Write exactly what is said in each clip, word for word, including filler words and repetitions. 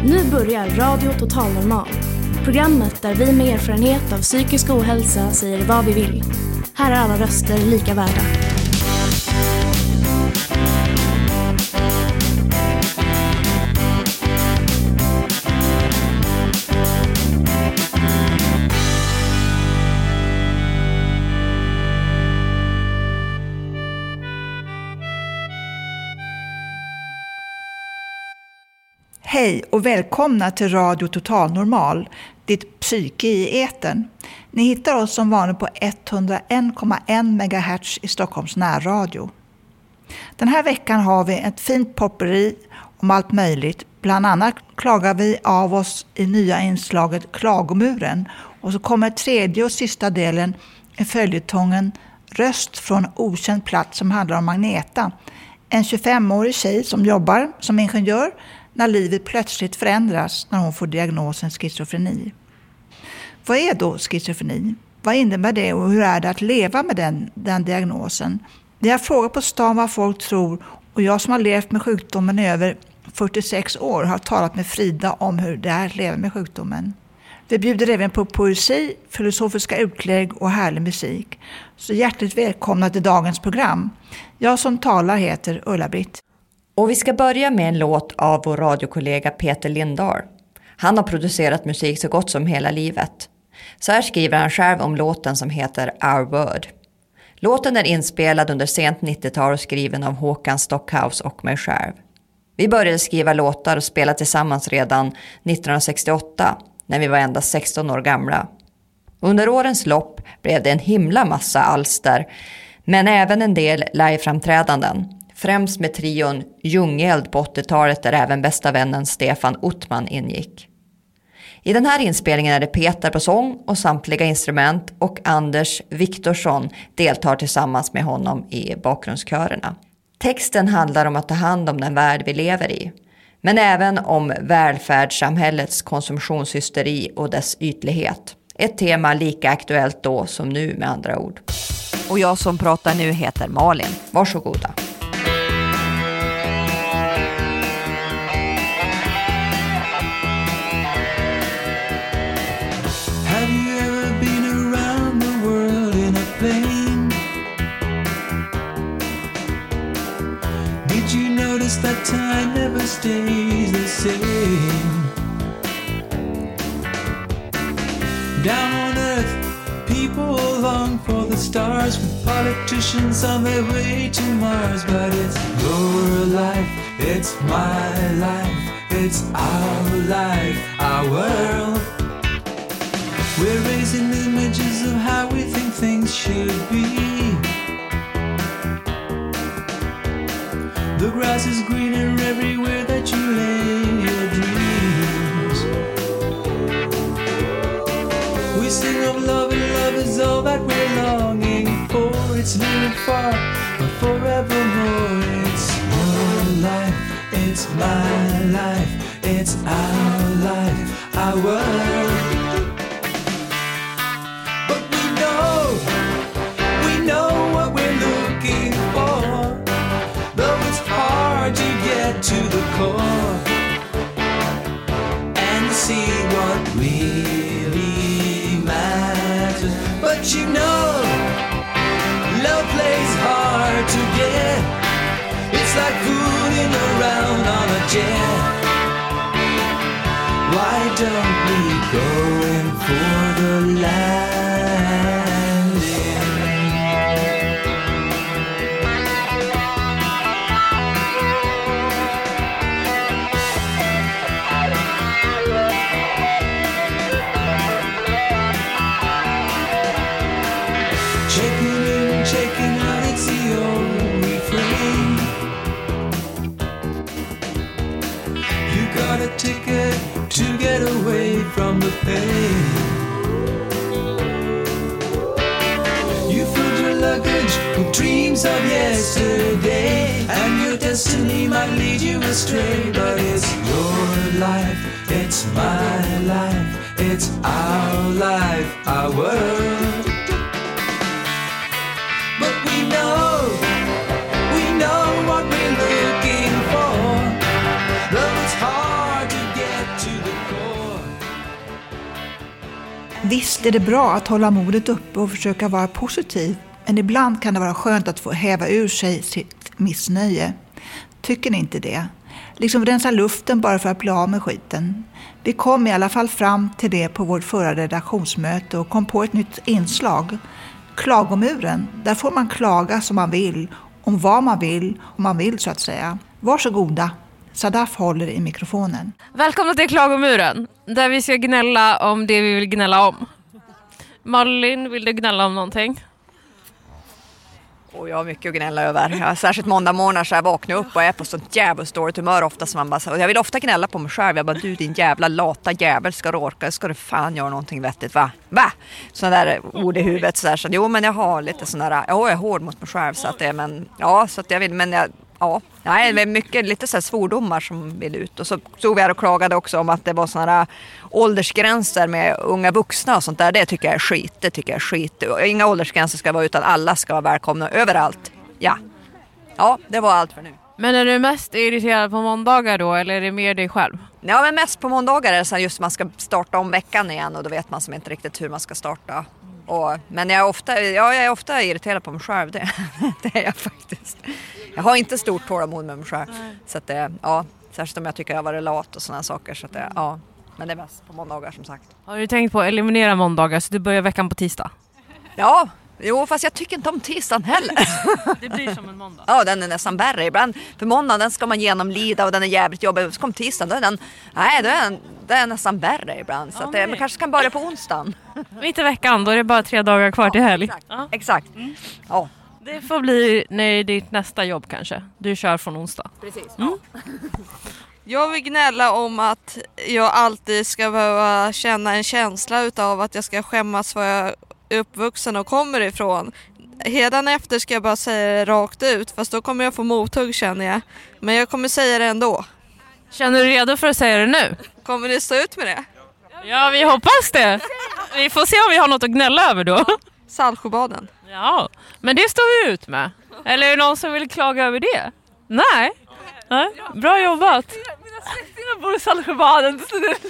Nu börjar Radio Total Normal. Programmet där vi med erfarenhet av psykisk ohälsa säger vad vi vill. Här är alla röster lika värda. Hej och välkomna till Radio Total Normal, ditt psyke i etern. Ni hittar oss som vanligt på etthundraen komma en megahertz i Stockholms närradio. Den här veckan har vi ett fint popperi om allt möjligt. Bland annat klagar vi av oss i nya inslaget Klagomuren. Och så kommer tredje och sista delen i följetongen Röst från okänd plats som handlar om Magneta. En tjugofemårig tjej som jobbar som ingenjör när livet plötsligt förändras när hon får diagnosen schizofreni. Vad är då schizofreni? Vad innebär det och hur är det att leva med den, den diagnosen? Det har frågat på stan vad folk tror och jag som har levt med sjukdomen i över fyrtiosex år har talat med Frida om hur det är att leva med sjukdomen. Vi bjuder även på poesi, filosofiska utlägg och härlig musik. Så hjärtligt välkomna till dagens program. Jag som talar heter Ulla-Britt. Och vi ska börja med en låt av vår radiokollega Peter Lindahl. Han har producerat musik så gott som hela livet. Så här skriver han själv om låten som heter Our Word. Låten är inspelad under sent nittiotal och skriven av Håkan Stockhaus och mig själv. Vi började skriva låtar och spela tillsammans redan nittonhundrasextioåtta när vi var endast sexton år gamla. Under årens lopp blev det en himla massa alster men även en del liveframträdanden. Främst med trion Ljungeld på åttiotalet där även bästa vännen Stefan Ottman ingick. I den här inspelningen är det Peter på sång och samtliga instrument och Anders Viktorsson deltar tillsammans med honom i bakgrundskörerna. Texten handlar om att ta hand om den värld vi lever i, men även om välfärdssamhällets konsumtionshysteri och dess ytlighet. Ett tema lika aktuellt då som nu med andra ord. Och jag som pratar nu heter Malin. Varsågoda. That time never stays the same. Down on earth, people long for the stars, with politicians on their way to Mars. But it's your life, it's my life, it's our life, our world. We're raising images of how we think things should be. The grass is greener everywhere that you lay your dreams. We sing of love and love is all that we're longing for. It's near and far, but forevermore. It's your life, it's my life, it's our life, our world. But we know, we know what we're looking for. Hard to get to the core and see what really matters. But you know, love plays hard to get. It's like fooling around on a jet. Why don't we go in for the landing? A ticket to get away from the pain. You filled your luggage with dreams of yesterday, and your destiny might lead you astray. But it's your life, it's my life, it's our life, our world. But we know, we know what we're looking for. Though it's hard to get to Visst är det bra att hålla modet uppe och försöka vara positiv, men ibland kan det vara skönt att få häva ur sig sitt missnöje. Tycker ni inte det? Liksom rensa luften bara för att bli av med skiten. Vi kom i alla fall fram till det på vårt förra redaktionsmöte och kom på ett nytt inslag. Klagomuren, där får man klaga som man vill, om vad man vill, om man vill så att säga. Varsågoda, Sadaf håller i mikrofonen. Välkomna till Klagomuren, där vi ska gnälla om det vi vill gnälla om. Malin, vill du gnälla om någonting? Och jag har mycket att gnälla över. Jag, särskilt måndag morgon så jag vaknar upp och är på sånt jävligt dåligt humör ofta som man bara, och jag vill ofta gnälla på mig själv. Jag bara, du din jävla lata jävel, ska du orka, ska du fan göra någonting vettigt, va? Va? Sådana där ord i huvudet så där, så jo men jag har lite sådana där, jag är hård mot mig själv så att det, men ja, så att jag vill, men jag, ja, nej, det är mycket, lite så här svordomar som vill ut. Och så stod vi här och klagade också om att det var sådana där åldersgränser med unga vuxna och sånt där. Det tycker jag är skit, det tycker jag är skit. Inga åldersgränser ska vara utan alla ska vara välkomna överallt. Ja, ja, det var allt för nu. Men är du mest irriterad på måndagar då, eller är det mer dig själv? Ja, men mest på måndagar är det så här just man ska starta om veckan igen och då vet man som inte riktigt hur man ska starta. Och, men jag är, ofta, ja, jag är ofta irriterad på mig själv, det, det är jag faktiskt. Jag har inte stort tålamod med mig själv. Så att det, ja, särskilt om jag tycker jag har varit lat och sådana saker. Så att det, ja, men det är mest på måndagar som sagt. Har du tänkt på att eliminera måndagar så du börjar veckan på tisdag? Ja, jo, fast jag tycker inte om tisdagen heller. Det blir som en måndag. Ja, den är nästan värre ibland. För måndagen den ska man genomlida och den är jävligt jobbig. Så kom tisdagen, då är den, nej, då är den, den är nästan värre ibland. Så att det, man kanske kan börja på onsdagen. Mitt i veckan, då är det bara tre dagar kvar till helg. Exakt, ja. Exakt. Mm. Ja. Det får bli när ditt nästa jobb kanske. Du kör från onsdag. Precis. Mm. Ja. Jag vill gnälla om att jag alltid ska behöva känna en känsla utav att jag ska skämmas för jag är uppvuxen och kommer ifrån. Hedan efter ska jag bara säga det rakt ut, fast då kommer jag få mothugg känner jag. Men jag kommer säga det ändå. Känner du redo för att säga det nu? Kommer ni stå ut med det? Ja, vi hoppas det. Vi får se om vi har något att gnälla över då. Saltsjöbaden. Ja, men det står vi ut med. Eller är det någon som vill klaga över det? Nej. Nej. Bra jobbat. Mina släktingar bor i Saltsjöbaden.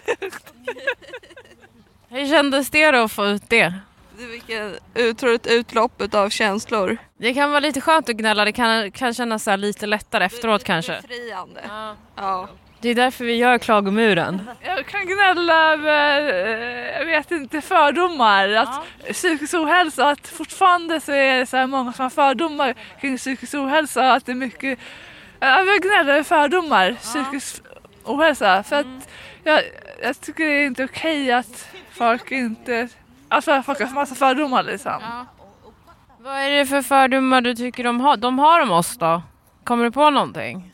Hur kändes det då att få ut det? Det är vilket otroligt utlopp av känslor. Det kan vara lite skönt att gnälla. Det kan, kan kännas så här lite lättare efteråt kanske. Befriande. Ja. Ja. Det är därför vi gör Klagomuren. Jag kan gnälla över, jag vet inte, fördomar. Att ja. Psykisk ohälsa, att fortfarande så är det så här många som har fördomar kring psykisk ohälsa. Att det är mycket, jag vill gnälla över fördomar, psykisk ja. ohälsa. För mm. att jag, jag tycker det är inte okej att folk inte, alltså folk har massa fördomar liksom. Ja. Vad är det för fördomar du tycker de har, de har om oss då? Kommer du på någonting?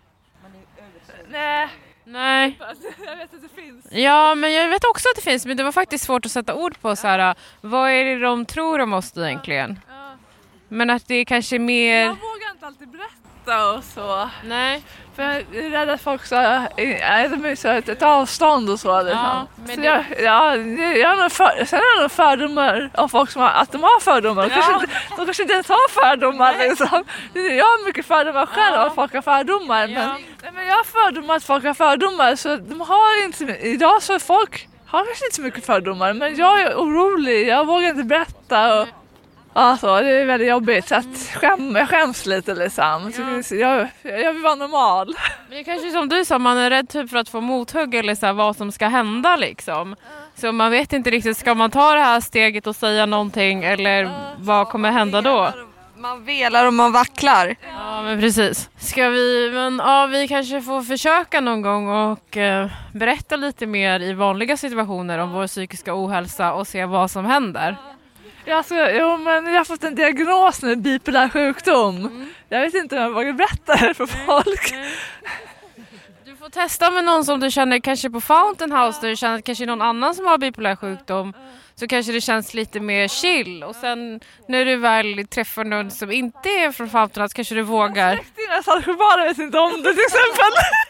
Nej. Nej. Jag vet att det finns. Ja, men jag vet också att det finns. Men det var faktiskt svårt att sätta ord på så här. Vad är det de tror om oss egentligen? Ja. Men att det är kanske mer... Jag vågar inte alltid berätta och så. Nej. För jag är rädd att folk så är så ett, ett avstånd och så. Liksom. Ja, men så det... jag, ja, jag har nog för, sen har jag nog fördomar av folk som har, att de har fördomar. Ja. Kanske, de kanske inte ens har fördomar. Liksom. Jag har mycket fördomar själv ja. Att folk har fördomar. Ja. Men, men jag har fördomar att folk har fördomar. Så de har inte, idag så folk har kanske inte så mycket fördomar. Men jag är orolig. Jag vågar inte berätta. Och, alltså, det är väldigt jobbigt så att skäm, jag skäms lite liksom. Ja. Jag, jag vill vara normal. Men det kanske som du sa, man är rädd typ för att få mothugg eller så här, vad som ska hända liksom. Ja. Så man vet inte riktigt, ska man ta det här steget och säga någonting eller ja. Vad kommer hända då? Man velar och man vacklar. Ja, men precis. Ska vi, men ja, vi kanske får försöka någon gång och eh, berätta lite mer i vanliga situationer om vår psykiska ohälsa och se vad som händer. Ja, alltså, jo, men jag har fått en diagnos med bipolär sjukdom. Mm. Jag vet inte om jag vågar berätta det för folk. Nej, nej. Du får testa med någon som du känner kanske på Fountain House, där du känner kanske någon annan som har bipolär sjukdom. Så kanske det känns lite mer chill. Och sen när du väl träffar någon som inte är från Fountain House kanske du vågar. Jag Saltsjöbaden vet inte om det till exempel.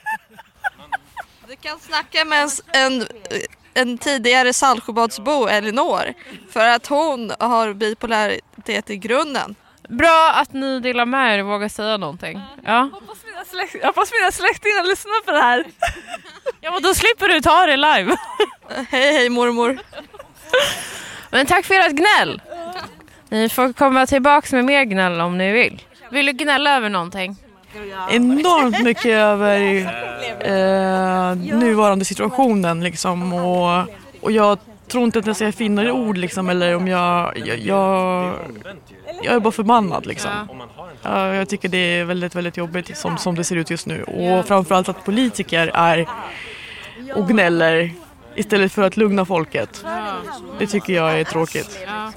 Du kan snacka med en, en, en tidigare Saltsjöbadsbo, Elinor. För att hon har bipolaritet i grunden. Bra att ni delar med er och vågar säga någonting. Ja. Hoppas mina, släkt, jag hoppas mina släktingar lyssnar på det här. Ja, men då slipper du ta det live. Hej hej mormor. Men tack för ert gnäll. Ni får komma tillbaka med mer gnäll om ni vill. Vill du gnälla över någonting? Enormt mycket över eh, nuvarande situationen liksom, och, och jag tror inte att jag finner ord liksom, eller om jag jag, jag jag är bara förbannad liksom. Ja. Jag tycker det är väldigt väldigt jobbigt som, som det ser ut just nu, och framförallt att politiker är och gnäller istället för att lugna folket. Det tycker jag är tråkigt. Ja.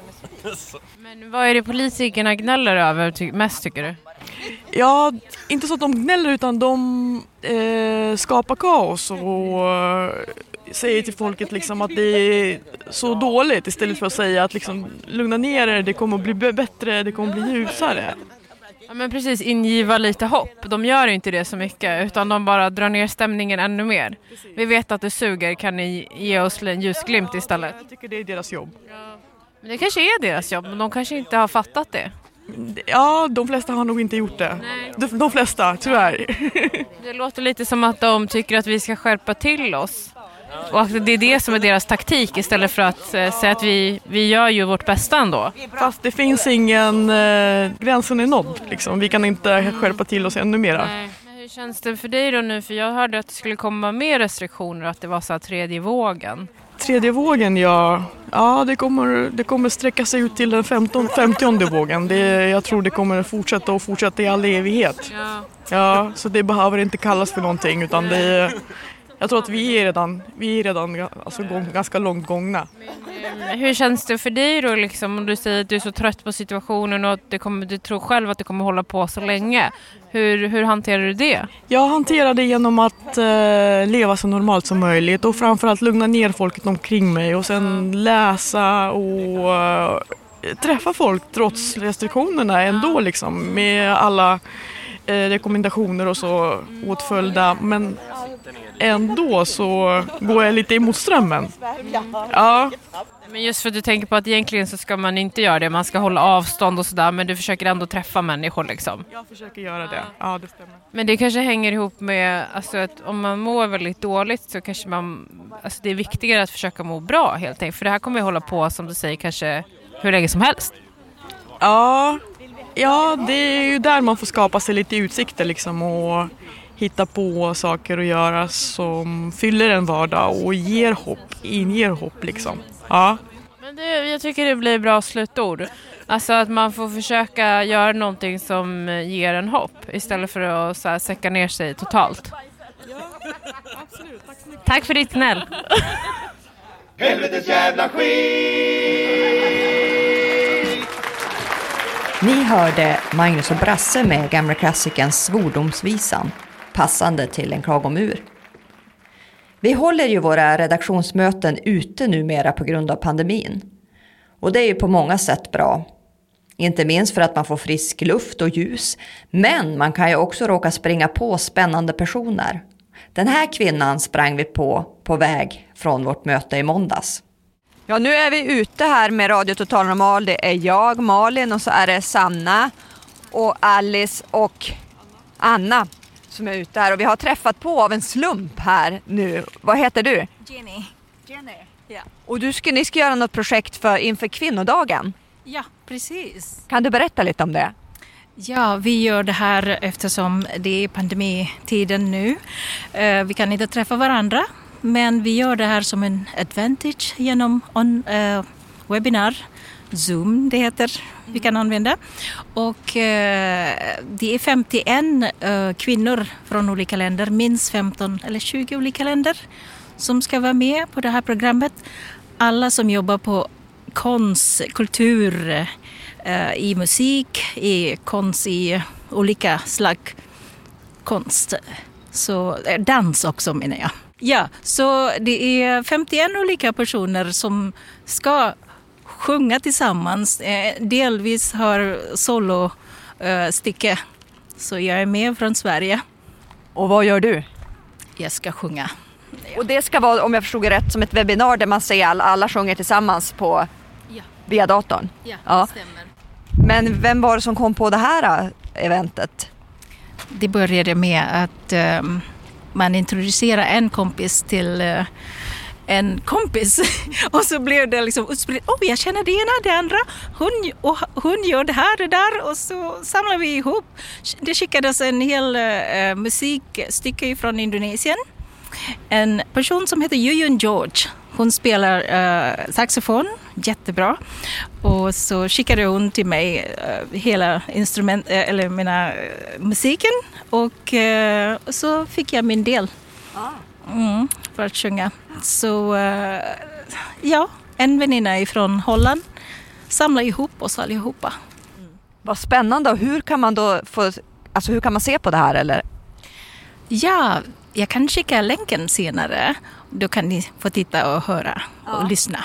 Men vad är det politikerna gnäller över ty- mest tycker du? Ja, inte så att de gnäller, utan de eh, skapar kaos och eh, säger till folket liksom att det är så dåligt, istället för att säga att liksom, lugna ner er, det kommer att bli bättre, det kommer att bli ljusare. Ja, men precis, ingiva lite hopp. De gör inte det så mycket, utan de bara drar ner stämningen ännu mer. Vi vet att det suger, kan ni ge oss en ljusglimt istället? Jag tycker det är deras jobb. Men det kanske är deras jobb, men de kanske inte har fattat det. Ja, de flesta har nog inte gjort det. De, de flesta, tyvärr. Det låter lite som att de tycker att vi ska skärpa till oss. Och att det är det som är deras taktik, istället för att eh, säga att vi, vi gör ju vårt bästa ändå. Fast det finns ingen eh, gränsen är nådd. Liksom. Vi kan inte skärpa till oss ännu mera. Nej. Hur känns det för dig då nu? För jag hörde att det skulle komma mer restriktioner, att det var så här tredje vågen. Tredje vågen, ja. Ja, det kommer, det kommer sträcka sig ut till den femtionde vågen. Det, jag tror det kommer fortsätta och fortsätta i all evighet. Ja. Ja, så det behöver inte kallas för någonting, utan det, jag tror att vi är redan, vi är redan alltså, ganska långt gångna. Men, hur känns det för dig då liksom, om du säger att du är så trött på situationen och att det kommer, du tror själv att det kommer hålla på så länge? Hur, hur hanterar du det? Jag hanterar det genom att eh, leva så normalt som möjligt och framförallt lugna ner folket omkring mig och sen läsa och eh, träffa folk trots restriktionerna ändå liksom, med alla eh, rekommendationer och så åtföljda, men ändå så går jag lite emot strömmen. Ja. Men just för att du tänker på att egentligen så ska man inte göra det, man ska hålla avstånd och sådär, men du försöker ändå träffa människor liksom. Jag försöker göra det, ja det stämmer. Men det kanske hänger ihop med alltså, att om man mår väldigt dåligt så kanske man, alltså det är viktigare att försöka må bra helt enkelt, för det här kommer ju hålla på som du säger kanske hur länge som helst. Ja, ja det är ju där man får skapa sig lite utsikter liksom och hitta på saker att göra som fyller en vardag och ger hopp, inger hopp liksom. Ja. Men det, jag tycker det blir bra slutord. Alltså att man får försöka göra någonting som ger en hopp istället för att så här, säcka ner sig totalt. Ja, absolut. Tack så mycket. Tack för ditt gnäll. Helvetes jävla skit! Ni hörde Magnus och Brasse med gamla klassikern Svordomsvisan, passande till en klagomur. Vi håller ju våra redaktionsmöten ute numera på grund av pandemin. Och det är ju på många sätt bra. Inte minst för att man får frisk luft och ljus. Men man kan ju också råka springa på spännande personer. Den här kvinnan sprang vi på på väg från vårt möte i måndags. Ja, nu är vi ute här med Radio Total Normal. Det är jag, Malin, och så är det Sanna och Alice och Anna som är ute här. Och vi har träffat på av en slump här nu. Vad heter du? Jenny. Jenny. Ja. Och du ska, ni ska göra något projekt för inför kvinnodagen. Ja, precis. Kan du berätta lite om det? Ja, vi gör det här eftersom det är pandemitiden nu. Uh, vi kan inte träffa varandra, men vi gör det här som en advantage genom on, uh, webbinar. Zoom det heter, vi kan använda. Och uh, det är femtioen uh, kvinnor från olika länder, minst femton eller tjugo olika länder som ska vara med på det här programmet. Alla som jobbar på konst, kultur, uh, i musik, i konst, i olika slag konst. Så uh, dans också menar jag. Ja, så det är femtioen olika personer som ska sjunga tillsammans. Delvis har solostycke. Så jag är med från Sverige. Och vad gör du? Jag ska sjunga. Och det ska vara, om jag förstod rätt, som ett webbinar där man ser alla, alla sjunger tillsammans på ja. via datorn. Ja, ja, det stämmer. Men vem var det som kom på det här eventet? Det började med att um, man introducerar en kompis till uh, en kompis. Och så blev det liksom utspritt. Åh, oh, jag känner det ena, det andra. Hon, och hon gör det här, det där. Och så samlar vi ihop. Det skickades en hel uh, musikstycke från Indonesien. En person som heter Yuyun George. Hon spelar uh, saxofon, jättebra. Och så skickade hon till mig uh, hela instrument, uh, eller mina uh, musiken. Och uh, så fick jag min del mm, för att sjunga. Så uh, ja, en väninna ifrån Holland samlar ihop oss allihopa. Mm. Vad spännande. Och hur kan man då få, alltså hur kan man se på det här eller? Ja, jag kan skicka länken senare. Då kan ni få titta och höra och ja. lyssna.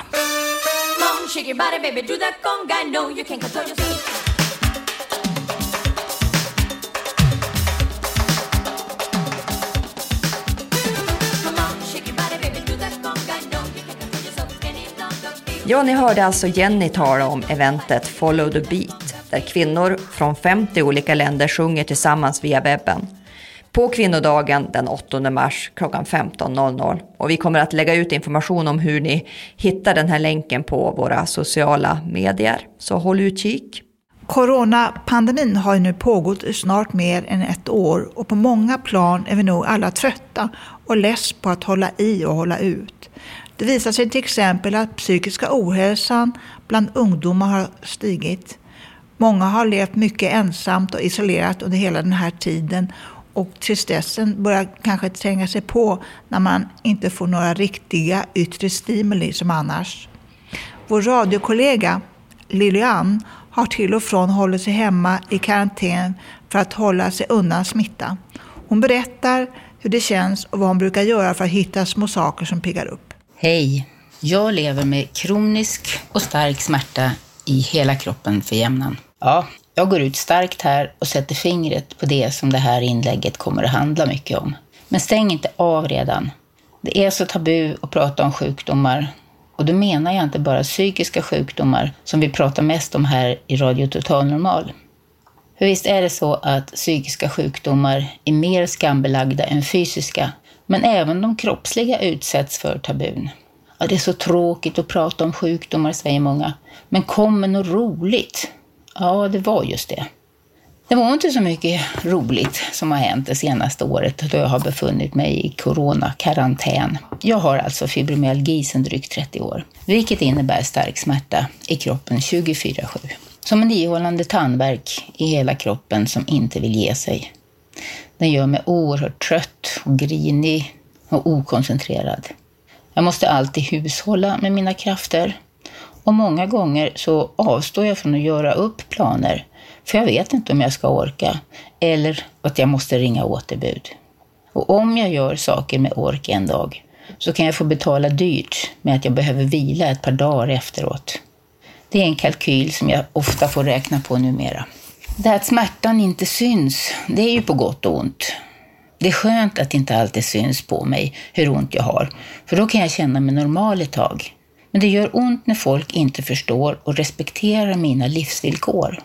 Ja, ni hörde alltså Jenny tala om eventet Follow the Beat, där kvinnor från femtio olika länder sjunger tillsammans via webben. På kvinnodagen den åttonde mars klockan femton noll noll. Och vi kommer att lägga ut information om hur ni hittar den här länken på våra sociala medier. Så håll utkik. Coronapandemin har ju nu pågått i snart mer än ett år. Och på många plan är vi nog alla trötta och less på att hålla i och hålla ut. Det visar sig till exempel att psykiska ohälsan bland ungdomar har stigit. Många har levt mycket ensamt och isolerat under hela den här tiden. Och tristessen börjar kanske tränga sig på när man inte får några riktiga yttre stimuli som annars. Vår radiokollega Lilian har till och från hållit sig hemma i karantän för att hålla sig undan smitta. Hon berättar hur det känns och vad hon brukar göra för att hitta små saker som piggar upp. Hej, jag lever med kronisk och stark smärta i hela kroppen för jämnan. Ja, jag går ut starkt här och sätter fingret på det som det här inlägget kommer att handla mycket om. Men stäng inte av redan. Det är så tabu att prata om sjukdomar. Och då menar jag inte bara psykiska sjukdomar som vi pratar mest om här i Radio Total Normal. För visst är det så att psykiska sjukdomar är mer skambelagda än fysiska. Men även de kroppsliga utsätts för tabun. Ja, det är så tråkigt att prata om sjukdomar, säger många. Men kommer något roligt? Ja, det var just det. Det var inte så mycket roligt som har hänt det senaste året då jag har befunnit mig i coronakarantän. Jag har alltså fibromyalgi sedan drygt trettio år, vilket innebär stark smärta i kroppen tjugofyra sju. Som en ihållande tandvärk i hela kroppen som inte vill ge sig. Den gör mig oerhört trött och grinig och okoncentrerad. Jag måste alltid hushålla med mina krafter. Och många gånger så avstår jag från att göra upp planer. För jag vet inte om jag ska orka. Eller att jag måste ringa återbud. Och om jag gör saker med ork en dag så kan jag få betala dyrt med att jag behöver vila ett par dagar efteråt. Det är en kalkyl som jag ofta får räkna på numera. Det här att smärtan inte syns, det är ju på gott och ont. Det är skönt att det inte alltid syns på mig hur ont jag har. För då kan jag känna mig normal ett tag. Men det gör ont när folk inte förstår och respekterar mina livsvillkor.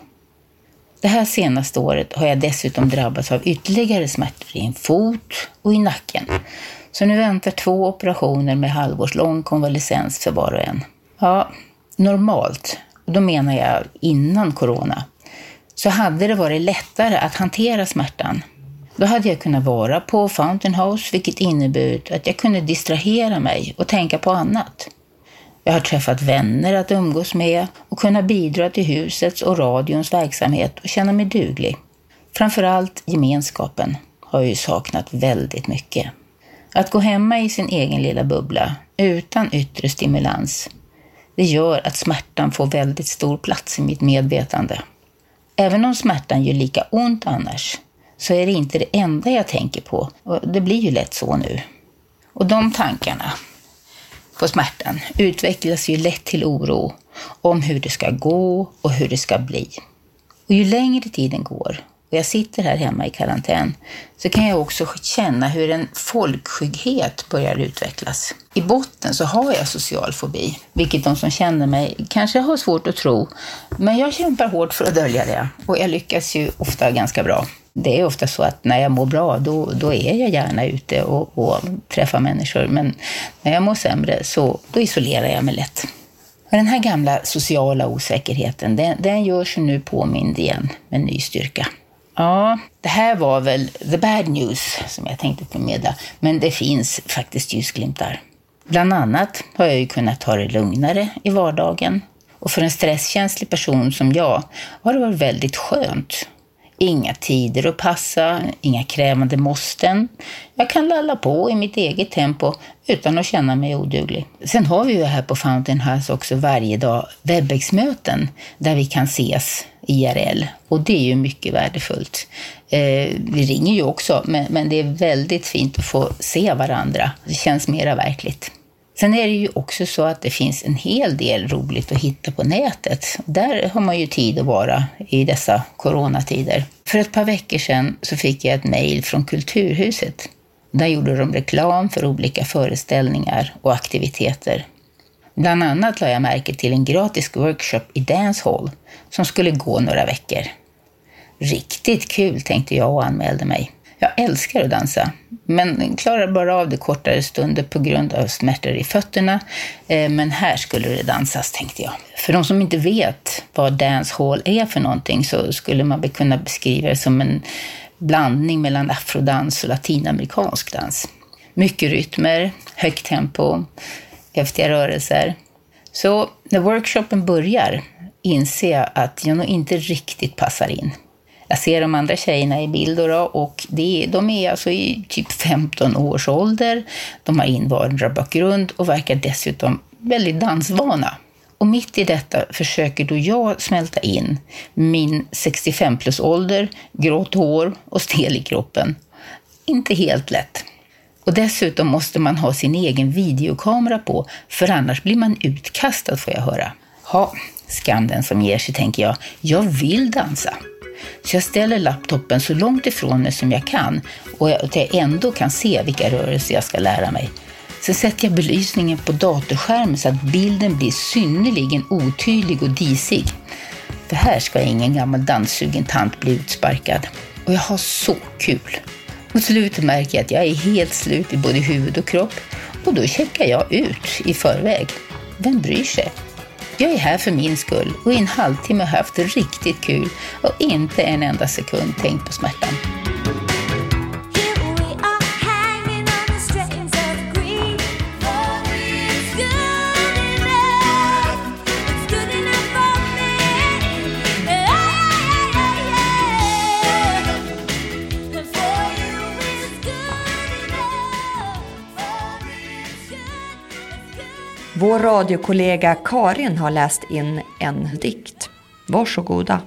Det här senaste året har jag dessutom drabbats av ytterligare smärtor i en fot och i nacken. Så nu väntar två operationer med halvårslång konvalescens för var och en. Ja, normalt, och då menar jag innan corona, så hade det varit lättare att hantera smärtan. Då hade jag kunnat vara på Fountain House, vilket inneburit att jag kunde distrahera mig och tänka på annat. Jag har träffat vänner att umgås med och kunna bidra till husets och radions verksamhet och känna mig duglig. Framförallt gemenskapen har jag ju saknat väldigt mycket. Att gå hemma i sin egen lilla bubbla utan yttre stimulans, det gör att smärtan får väldigt stor plats i mitt medvetande. Även om smärtan gör lika ont annars, så är det inte det enda jag tänker på. Och det blir ju lätt så nu. Och de tankarna på smärtan utvecklas ju lätt till oro om hur det ska gå och hur det ska bli. Och ju längre tiden går och jag sitter här hemma i karantän, så kan jag också känna hur en folkskygghet börjar utvecklas. I botten så har jag social fobi, vilket de som känner mig kanske har svårt att tro. Men jag kämpar hårt för att dölja det, och jag lyckas ju ofta ganska bra. Det är ofta så att när jag mår bra, då, då är jag gärna ute och, och träffar människor. Men när jag mår sämre, så då isolerar jag mig lätt. Och den här gamla sociala osäkerheten, den, den gör sig nu påmind igen med ny styrka. Ja, det här var väl the bad news som jag tänkte förmedla. Men det finns faktiskt ljusglimtar. Bland annat har jag ju kunnat ta det lugnare i vardagen. Och för en stresskänslig person som jag har det varit väldigt skönt. Inga tider att passa, inga krävande måsten. Jag kan lalla på i mitt eget tempo utan att känna mig oduglig. Sen har vi ju här på Fountain House också varje dag Webex-möten där vi kan ses I R L. Och det är ju mycket värdefullt. Eh, vi ringer ju också, men, men det är väldigt fint att få se varandra. Det känns mera verkligt. Sen är det ju också så att det finns en hel del roligt att hitta på nätet. Där har man ju tid att vara i dessa coronatider. För ett par veckor sedan så fick jag ett mejl från Kulturhuset. Där gjorde de reklam för olika föreställningar och aktiviteter. Bland annat la jag märke till en gratis workshop i dancehall som skulle gå några veckor. Riktigt kul, tänkte jag och anmälde mig. Jag älskar att dansa, men klarar bara av det kortare stunder på grund av smärtor i fötterna. Men här skulle det dansas, tänkte jag. För de som inte vet vad dancehall är för någonting, så skulle man kunna beskriva det som en blandning mellan afrodans och latinamerikansk dans. Mycket rytmer, högt tempo, häftiga rörelser. Så när workshopen börjar inser jag att jag nog inte riktigt passar in. Jag ser de andra tjejerna i bilder då, och det, de är alltså i typ femton års ålder. De har invandrarbakgrund och verkar dessutom väldigt dansvana. Och mitt i detta försöker då jag smälta in min sextiofem plus ålder, grått hår och stel i kroppen. Inte helt lätt. Och dessutom måste man ha sin egen videokamera på, för annars blir man utkastad, får jag höra. Ha, skam den som ger sig, tänker jag. Jag vill dansa. Så jag ställer laptopen så långt ifrån mig som jag kan, och att jag ändå kan se vilka rörelser jag ska lära mig. Sen sätter jag belysningen på datorskärmen så att bilden blir synnerligen otydlig och disig. För här ska ingen gammal danssugen tant bli utsparkad. Och jag har så kul. Mot slutet märker jag att jag är helt slut i både huvud och kropp, och då checkar jag ut i förväg. Vem bryr sig? Jag är här för min skull, och i en halvtimme har haft riktigt kul och inte en enda sekund tänkt på smärtan. Vår radiokollega Karin har läst in en dikt. Varsågoda.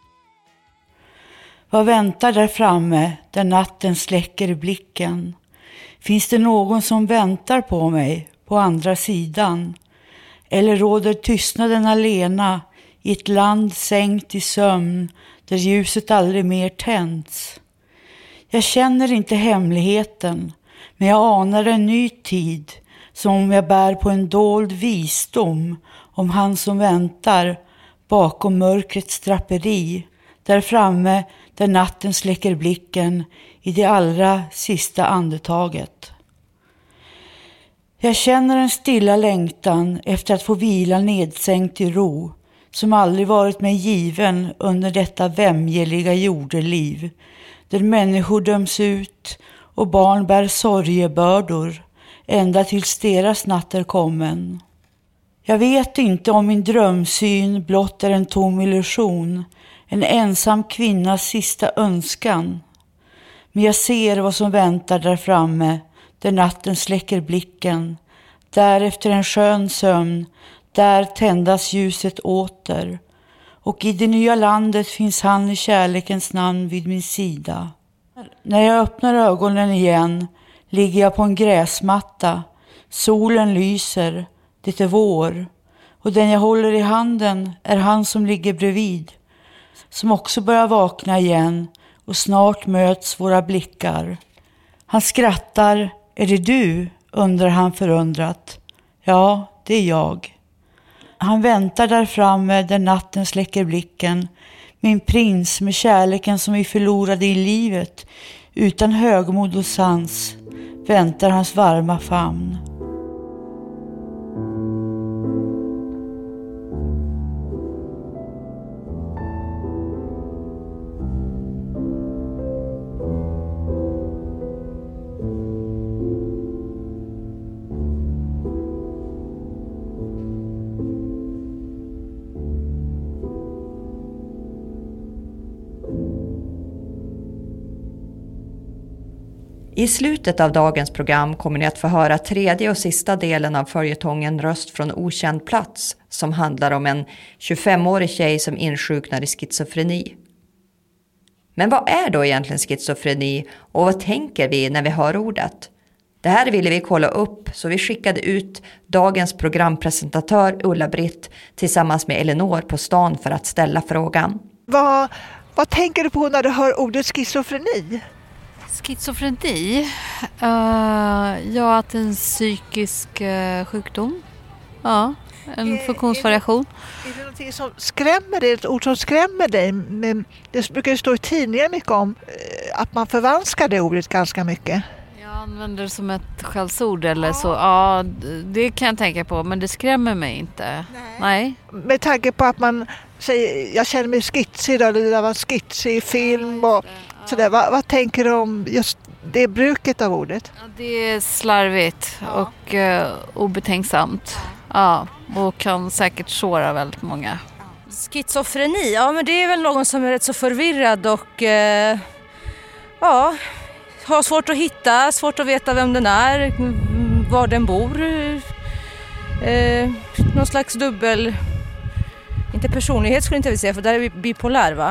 Vad väntar där framme där natten släcker blicken? Finns det någon som väntar på mig på andra sidan? Eller råder tystnaden alena i ett land sänkt i sömn där ljuset aldrig mer tänds? Jag känner inte hemligheten, men jag anar en ny tid, som om jag bär på en dold visdom om han som väntar bakom mörkrets draperi, där framme där natten släcker blicken i det allra sista andetaget. Jag känner en stilla längtan efter att få vila nedsänkt i ro, som aldrig varit mig given under detta vämjeliga jordeliv, där människor döms ut och barn bär sorgebördor, ända tills deras natt är kommen. Jag vet inte om min drömsyn blott är en tom illusion, en ensam kvinnas sista önskan. Men jag ser vad som väntar där framme, där natten släcker blicken. Där efter en skön sömn, där tändas ljuset åter. Och i det nya landet finns han i kärlekens namn vid min sida. När jag öppnar ögonen igen ligger jag på en gräsmatta. Solen lyser, det är vår. Och den jag håller i handen är han som ligger bredvid, som också börjar vakna igen och snart möts våra blickar. Han skrattar. Är det du? Undrar han förundrat. Ja, det är jag. Han väntar där framme där natten släcker blicken. Min prins med kärleken som vi förlorade i livet. Utan högmod och sans väntar hans varma famn. I slutet av dagens program kommer ni att få höra tredje och sista delen av följetongen Röst från okänd plats som handlar om en tjugofemårig tjej som insjuknar i schizofreni. Men vad är då egentligen schizofreni och vad tänker vi när vi hör ordet? Det här ville vi kolla upp så vi skickade ut dagens programpresentatör Ulla-Britt tillsammans med Elinor på stan för att ställa frågan. Vad, vad tänker du på när du hör ordet schizofreni? Schizofreni? Uh, ja, att en psykisk uh, sjukdom. Ja, en är, funktionsvariation. Är det, är det någonting som skrämmer dig? Ett ord som skrämmer dig? Men det brukar ju stå i tidningar mycket om att man förvanskar det ordet ganska mycket. Jag använder det som ett skällsord eller ja. så. Ja, det kan jag tänka på. Men det skrämmer mig inte. Nej. Nej. Med tanke på att man säger, jag känner mig skitsig, eller det var skitsig i film och sådär. Vad, vad tänker du om just det bruket av ordet? Ja, det är slarvigt ja. och uh, obetänksamt. Ja. ja, och kan säkert såra väldigt många. Schizofreni, ja men det är väl någon som är rätt så förvirrad och uh, ja, har svårt att hitta, svårt att veta vem den är, var den bor. Uh, någon slags dubbel, inte personlighet skulle jag inte vilja säga, för där är vi bipolär va?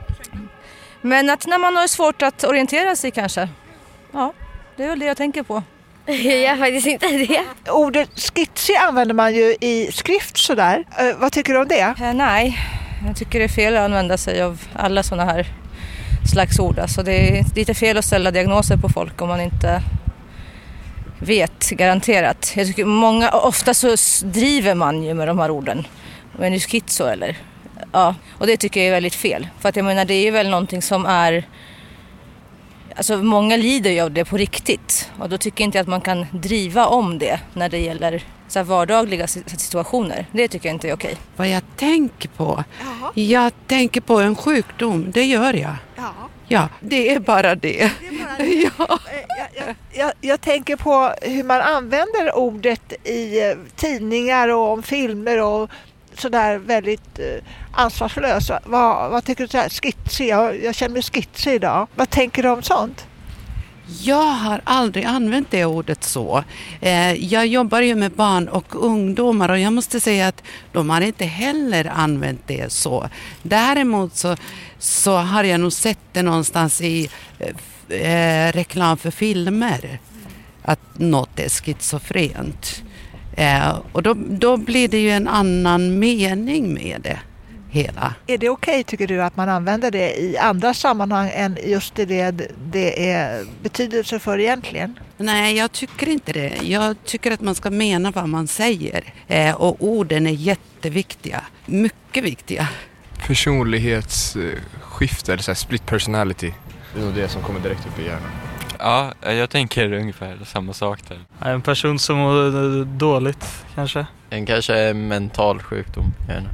Men att när man har svårt att orientera sig kanske. Ja, det är väl det jag tänker på. Jag har faktiskt inte det. Ordet skitsig använder man ju i skrift sådär. Uh, vad tycker du om det? Uh, nej, jag tycker det är fel att använda sig av alla sådana här slags ord. Alltså det är lite fel att ställa diagnoser på folk om man inte vet garanterat. Jag tycker många, ofta så driver man ju med de här orden. Men är schizo eller... Ja, och det tycker jag är väldigt fel. För att jag menar, det är ju väl någonting som är... Alltså många lider ju av det på riktigt. Och då tycker jag inte att man kan driva om det när det gäller så här vardagliga situationer. Det tycker jag inte är okej. Vad jag tänker på? Jaha. Jag tänker på en sjukdom, det gör jag. Ja. Ja, det är bara det. det, är bara det. Ja. Jag, jag, jag, jag tänker på hur man använder ordet i tidningar och om filmer och sådär väldigt eh, ansvarslös. Vad, vad tycker du så här skitsig? Jag, jag känner mig skitsig idag. Vad tänker du om sånt? Jag har aldrig använt det ordet så. Eh, jag jobbar ju med barn och ungdomar och jag måste säga att de har inte heller använt det så. Däremot så, så har jag nog sett det någonstans i eh, reklam för filmer att något är schizofrent. Eh, och då, då blir det ju en annan mening med det hela. Är det okej tycker du att man använder det i andra sammanhang än just det det är betydelse för egentligen? Nej, jag tycker inte det. Jag tycker att man ska mena vad man säger. Eh, och orden är jätteviktiga. Mycket viktiga. Personlighetsskifte eller så här split personality. Det är nog det som kommer direkt upp i hjärnan. Ja, jag tänker ungefär samma sak där. En person som mår dåligt kanske. En kanske är mental sjukdom gärna.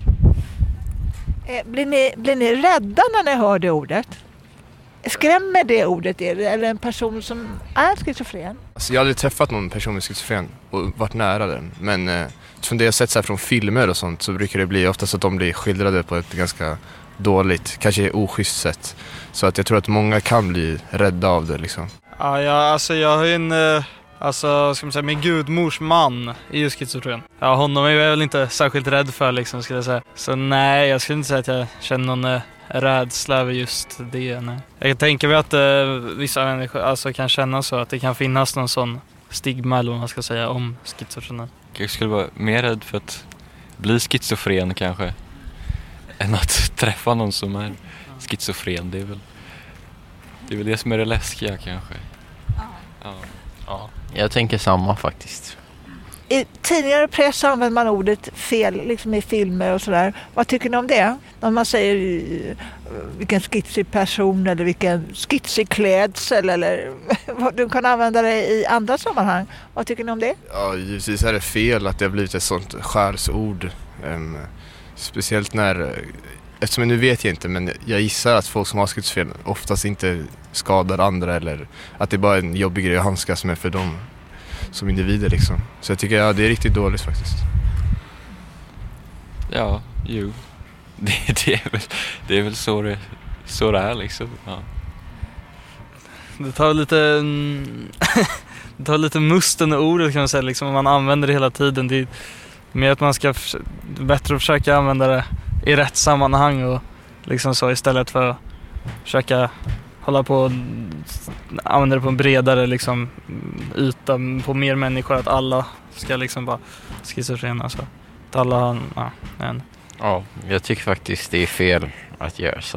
Blir ni, blir ni rädda när ni hör det ordet? Skrämmer det ordet er eller en person som är schizofren? Alltså jag har aldrig träffat någon person med schizofren och varit nära den. Men eh, från det jag sett så här från filmer och sånt så brukar det bli oftast att de blir skildrade på ett ganska dåligt, kanske oschysst sätt. Så att jag tror att många kan bli rädda av det liksom. Ja, jag, alltså jag har ju en, alltså ska man säga, min gudmors man är ju schizofren. Ja, honom är jag väl inte särskilt rädd för liksom, skulle jag säga. Så nej, jag skulle inte säga att jag känner någon eh, rädsla över just det. Nej. Jag kan tänka mig att eh, vissa människor alltså, kan känna så, att det kan finnas någon sån stigma eller vad man ska säga om schizofreni. Jag skulle vara mer rädd för att bli schizofren kanske än att träffa någon som är schizofren. Det är väl Det är väl det som är det läskiga kanske. Ja. Ja, jag tänker samma faktiskt. I tidigare press använder man ordet fel liksom i filmer och sådär. Vad tycker ni om det? När man säger uh, vilken skitsig person eller vilken skitsig klädsel eller du kan använda det i andra sammanhang. Vad tycker ni om det? Ja, givetvis är det fel att det har blivit ett sånt skärsord. Um, speciellt när, eftersom nu vet jag inte, men jag gissar att folk som har schizofren oftast inte skadar andra eller att det är bara en jobbig grej att handskas med för dem som individer liksom. Så jag tycker ja, det är riktigt dåligt faktiskt. Ja, jo. Det, det, är, väl, det är väl så det, så det är liksom. Ja. Det tar lite det tar lite musten i ordet kan man säga liksom, om man använder det hela tiden. Det är mer att man ska bättre försöka använda det i rätt sammanhang och liksom så istället för att försöka hålla på och använda det på en bredare liksom, yta på mer människor, att alla ska liksom bara schizofrena så. Att alla har ja, en. Ja, jag tycker faktiskt det är fel att göra så.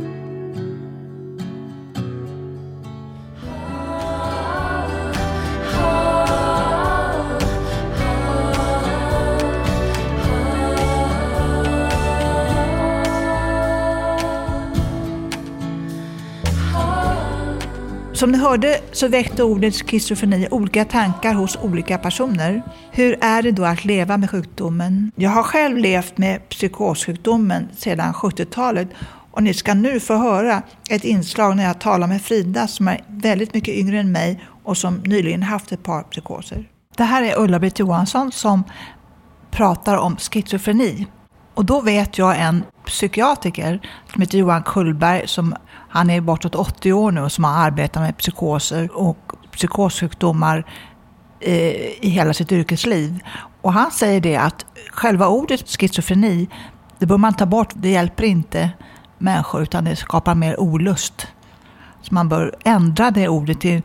Som ni hörde så väckte ordet schizofreni olika tankar hos olika personer. Hur är det då att leva med sjukdomen? Jag har själv levt med psykossjukdomen sedan sjuttiotalet och ni ska nu få höra ett inslag när jag talar med Frida som är väldigt mycket yngre än mig och som nyligen haft ett par psykoser. Det här är Ulla-Britt Johansson som pratar om schizofreni. Och då vet jag en psykiatriker som heter Johan Kullberg, som han är bortåt åttio år nu och som har arbetat med psykoser och psykossjukdomar eh, i hela sitt yrkesliv. Och han säger det att själva ordet schizofreni, det bör man ta bort, det hjälper inte människor utan det skapar mer olust. Så man bör ändra det ordet till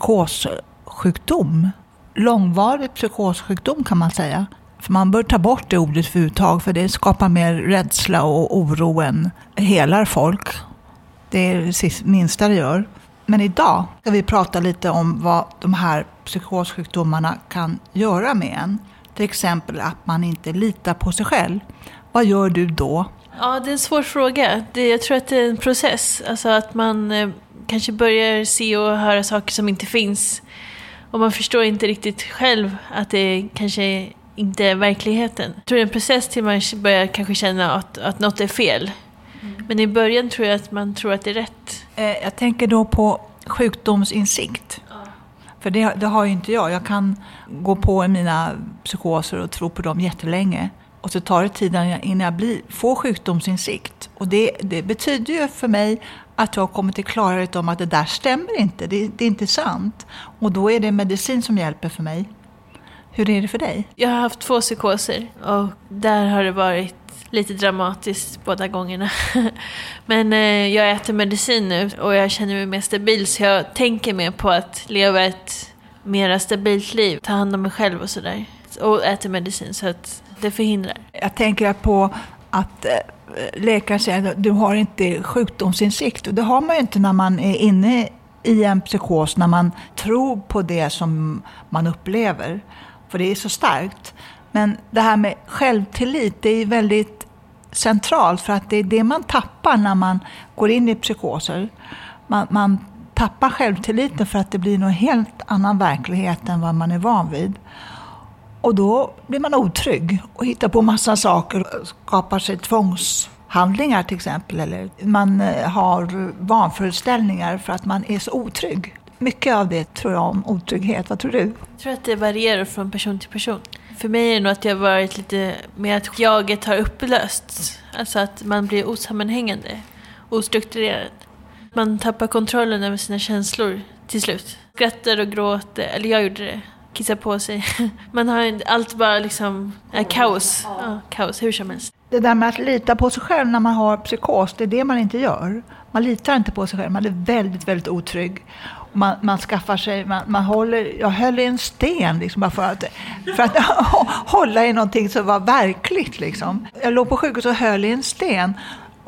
psykossjukdom. Långvarig psykossjukdom kan man säga. För man bör ta bort det ordet för uttag för det skapar mer rädsla och oro än helar folk. Det är det minsta det gör. Men idag ska vi prata lite om vad de här psykossjukdomarna kan göra med en. Till exempel att man inte litar på sig själv. Vad gör du då? Ja, det är en svår fråga. Det, jag tror att det är en process. Alltså att man eh, kanske börjar se och höra saker som inte finns. Och man förstår inte riktigt själv att det kanske inte är verkligheten. Jag tror det är en process till man börjar kanske känna att, att något är fel. Mm. Men i början tror jag att man tror att det är rätt. Eh, jag tänker då på sjukdomsinsikt. Ja. För det, det har ju inte jag. Jag kan gå på mina psykoser och tro på dem jättelänge. Och så tar det tiden innan jag blir, får sjukdomsinsikt. Och det, det betyder ju för mig att jag kommer till klarhet om att det där stämmer inte. Det, det är inte sant. Och då är det medicin som hjälper för mig. Hur är det för dig? Jag har haft två psykoser och där har det varit lite dramatiskt båda gångerna. Men eh, jag äter medicin nu och jag känner mig mer stabil så jag tänker mer på att leva ett mer stabilt liv. Ta hand om mig själv och sådär. Och äter medicin så att det förhindrar. Jag tänker på att eh, läkare säger att du har inte sjukdomsinsikt. Och det har man ju inte när man är inne i en psykos. När man tror på det som man upplever. För det är så starkt. Men det här med självtillit, det är väldigt centralt. För att det är det man tappar när man går in i psykoser. Man, man tappar självtilliten för att det blir någon helt annan verklighet än vad man är van vid. Och då blir man otrygg och hittar på massa saker. Skapar sig tvångshandlingar till exempel. Eller man har vanföreställningar för att man är så otrygg. Mycket av det tror jag om otrygghet. Vad tror du? Jag tror att det varierar från person till person. För mig är det nog att jag varit lite med att jaget har upplösts. Alltså att man blir osammanhängande, ostrukturerad. Man tappar kontrollen över sina känslor till slut. Skrattar och gråter, eller jag gjorde det. Kissar på sig. Man har allt bara liksom är kaos. Ja, kaos, hur som helst. Det där med att lita på sig själv när man har psykos, det är det man inte gör. Man litar inte på sig själv, man är väldigt, väldigt otrygg. Man, man skaffar sig, man, man håller, jag höll i en sten liksom bara för att, för att hålla i någonting som var verkligt liksom. Jag låg på sjukhus och höll i en sten.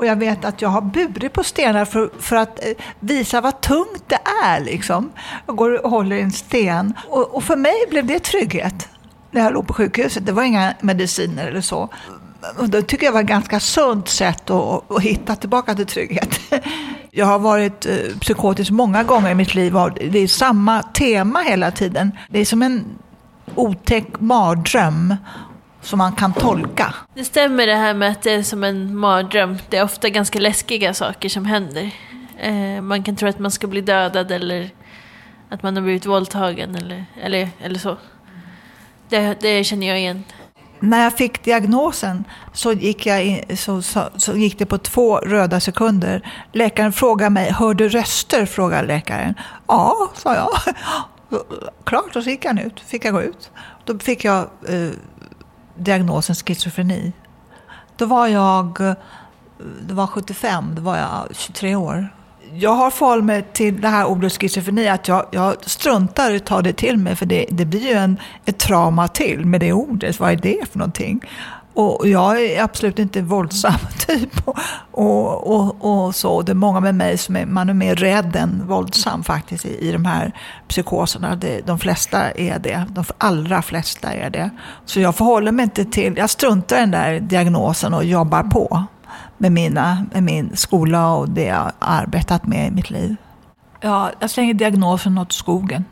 Och jag vet att jag har burit på stenar för, för att visa vad tungt det är. Liksom. Jag går och håller i en sten. Och, och för mig blev det trygghet när jag låg på sjukhuset. Det var inga mediciner eller så. Och då tycker jag var ett ganska sunt sätt att, att hitta tillbaka till trygghet. Jag har varit eh, psykotisk många gånger i mitt liv. Och det är samma tema hela tiden. Det är som en otäck mardröm som man kan tolka. Det stämmer det här med att det är som en mardröm. Det är ofta ganska läskiga saker som händer. Eh, man kan tro att man ska bli dödad eller att man har blivit våldtagen eller, eller, eller så. Det, det känner jag igen. När jag fick diagnosen så gick, jag in, så, så, så gick det på två röda sekunder. Läkaren frågade mig, hör du röster? Frågade läkaren. Ja, sa jag. Klart, och så gick han ut. Fick jag gå ut. Då fick jag eh, diagnosen schizofreni. Då var jag, det var sjuttiofem, då var jag tjugotre år. Jag har förhållit mig till det här ordet schizofreni att jag, jag struntar och tar det till mig för det, det blir ju en, ett trauma till med det ordet. Vad är det för någonting? Och jag är absolut inte våldsam typ och, och, och, och så. Det är många med mig som är, man är mer rädd än våldsam faktiskt i, i de här psykoserna. Det, de flesta är det. De allra flesta är det. Så jag förhåller mig inte till, jag struntar i den där diagnosen och jobbar på med, mina, med min skola och det jag har arbetat med i mitt liv. Ja, jag slänger diagnosen åt skogen.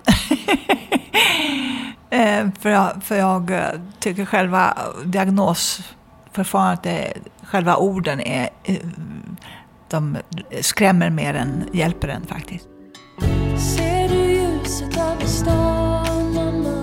för, jag, för jag tycker själva diagnosförfarandet, själva orden är, de skrämmer mer än hjälper en faktiskt. Ser du ljuset över stan, mamma?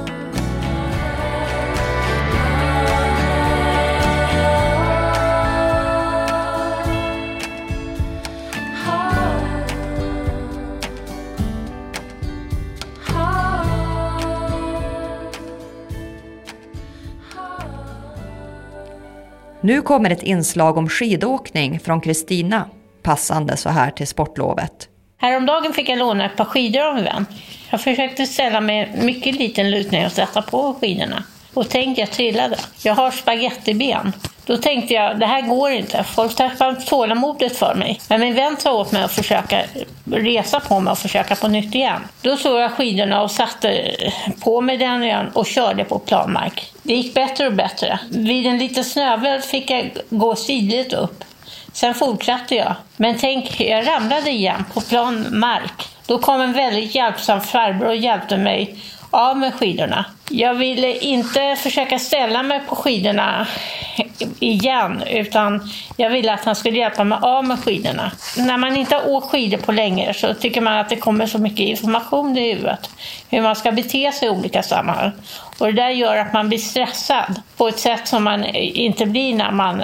Nu kommer ett inslag om skidåkning från Kristina, passande så här till sportlovet. Häromdagen fick jag låna ett par skidor av en vän. Jag försökte ställa med mycket liten lutning och sätta på skidorna. Och tänkte jag trillade. Jag har spagettiben. Då tänkte jag, det här går inte. Folk tappar tålamodet för mig. Men min vän tar åt mig att försöka resa på mig och försöka på nytt igen. Då såg jag skidorna och satte på mig den igen och körde på planmark. Det gick bättre och bättre. Vid en liten snöväld fick jag gå sidligt upp. Sen fortsatte jag. Men tänk, jag ramlade igen på plan mark. Då kom en väldigt hjälpsam farbror och hjälpte mig av med skidorna. Jag ville inte försöka ställa mig på skidorna igen, utan jag ville att han skulle hjälpa mig av med skidorna. När man inte har åkt skidor på länge så tycker man att det kommer så mycket information i huvudet. Hur man ska bete sig i olika sammanhang. Och det där gör att man blir stressad på ett sätt som man inte blir när man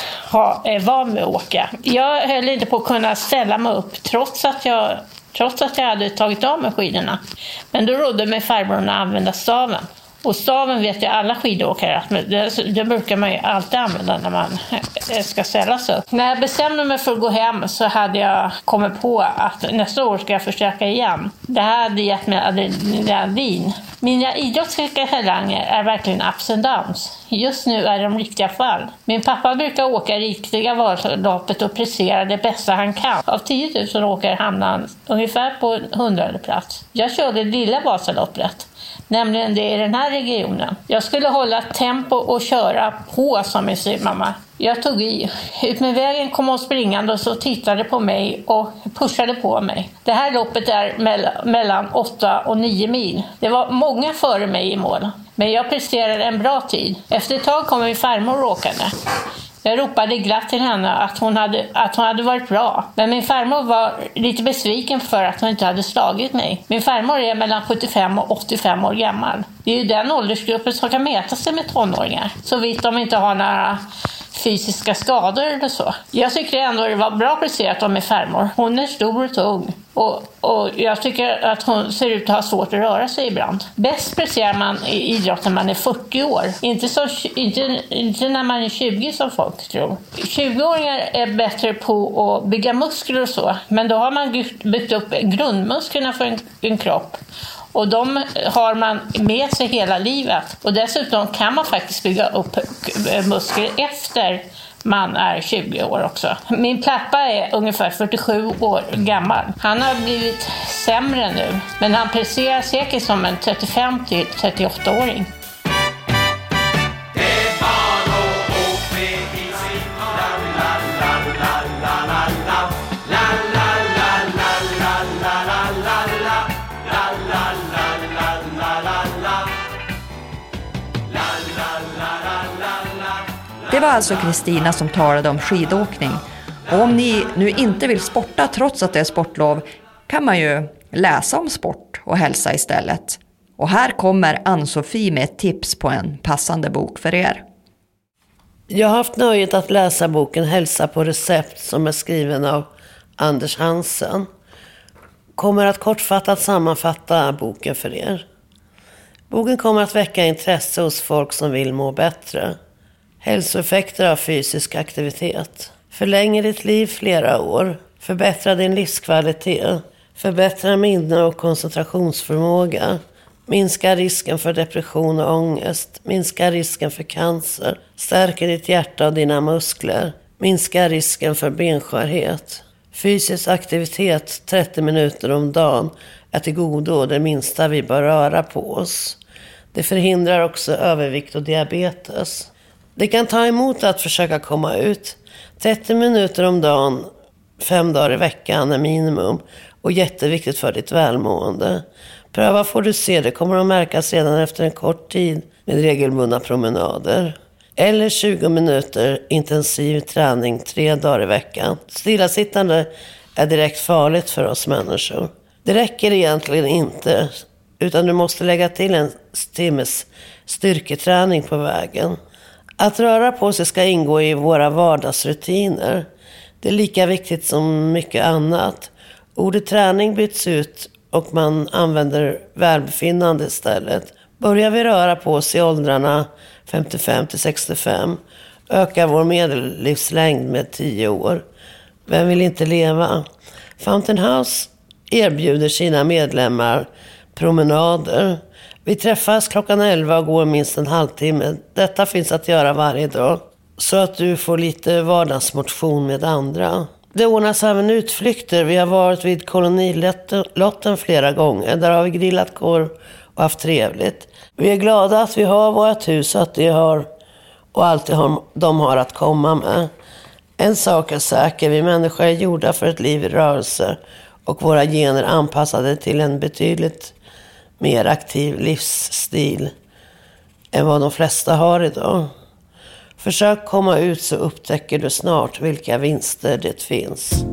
är van med att åka. Jag höll inte på att kunna ställa mig upp trots att jag Trots att jag hade tagit av mig skidorna. Men då rådde mig farbrorn att använda staven. Och staven vet jag alla skidåkare att det, det brukar man ju alltid använda när man ska ställa sig upp. När jag bestämde mig för att gå hem så hade jag kommit på att nästa år ska jag försöka igen. Det här hade gett mig adrenalin. Mina idrottsliga talanger är verkligen ups and downs. Just nu är de riktiga fall. Min pappa brukar åka riktiga Vasaloppet och prestera det bästa han kan. Av tio tusen åkare hamnar han ungefär på hundrade plats. Jag körde lilla Vasaloppet. Nämligen det i den här regionen. Jag skulle hålla tempo och köra på som min styvmamma. Jag tog i. Ut med vägen kom hon springande och så tittade på mig och pushade på mig. Det här loppet är mellan åtta och nio mil. Det var många före mig i mål. Men jag presterade en bra tid. Efter ett tag kom min farmor åkande. Jag ropade glatt till henne att hon, hade, att hon hade varit bra. Men min farmor var lite besviken för att hon inte hade slagit mig. Min farmor är mellan sjuttiofem och åttiofem år gammal. Det är ju den åldersgruppen som kan mäta sig med tonåringar. Så vitt de inte har några fysiska skador eller så. Jag tycker ändå det var bra presterat av min farmor. Hon är stor och tung. Och, och jag tycker att hon ser ut att ha svårt att röra sig ibland. Bäst presterar man i idrott när man är fyrtio år. Inte, så, inte, inte när man är tjugo som folk tror. tjugo-åringar är bättre på att bygga muskler och så. Men då har man byggt upp grundmusklerna för en, en kropp. Och de har man med sig hela livet. Och dessutom kan man faktiskt bygga upp muskler efter man är tjugo år också. Min pappa är ungefär fyrtiosju år gammal. Han har blivit sämre nu, men han presterar säkert som en trettiofem till trettioåtta-åring. Det var alltså Kristina som talade om skidåkning. Och om ni nu inte vill sporta trots att det är sportlov kan man ju läsa om sport och hälsa istället. Och här kommer Ann-Sofie med ett tips på en passande bok för er. Jag har haft nöjet att läsa boken Hälsa på recept som är skriven av Anders Hansen. Kommer att kortfattat sammanfatta boken för er. Boken kommer att väcka intresse hos folk som vill må bättre. Hälsoeffekter av fysisk aktivitet. Förlänger ditt liv flera år. Förbättra din livskvalitet. Förbättra minne och koncentrationsförmåga. Minska risken för depression och ångest. Minska risken för cancer. Stärker ditt hjärta och dina muskler. Minska risken för benskörhet. Fysisk aktivitet trettio minuter om dagen är till godo och det minsta vi bör röra på oss. Det förhindrar också övervikt och diabetes. Det kan ta emot att försöka komma ut. trettio minuter om dagen, fem dagar i veckan är minimum och jätteviktigt för ditt välmående. Pröva får du se, det kommer att märkas redan efter en kort tid med regelbundna promenader. Eller tjugo minuter intensiv träning tre dagar i veckan. Stillasittande är direkt farligt för oss människor. Det räcker egentligen inte, utan du måste lägga till en timmes styrketräning på vägen. Att röra på sig ska ingå i våra vardagsrutiner. Det är lika viktigt som mycket annat. Ordet träning byts ut och man använder välbefinnande istället. Börjar vi röra på oss i åldrarna femtiofem till sextiofem ökar vår medellivslängd med tio år. Vem vill inte leva? Fountain House erbjuder sina medlemmar promenader. Vi träffas klockan elva och går minst en halvtimme. Detta finns att göra varje dag så att du får lite vardagsmotion med andra. Det ordnas även utflykter. Vi har varit vid kolonilotten flera gånger. Där har vi grillat korv och haft trevligt. Vi är glada att vi har vårt hus och att de har och alltid har, de har att komma med. En sak är säker, vi människor är gjorda för ett liv i rörelse och våra gener anpassade till en betydligt mer aktiv livsstil än vad de flesta har idag. Försök komma ut så upptäcker du snart vilka vinster det finns.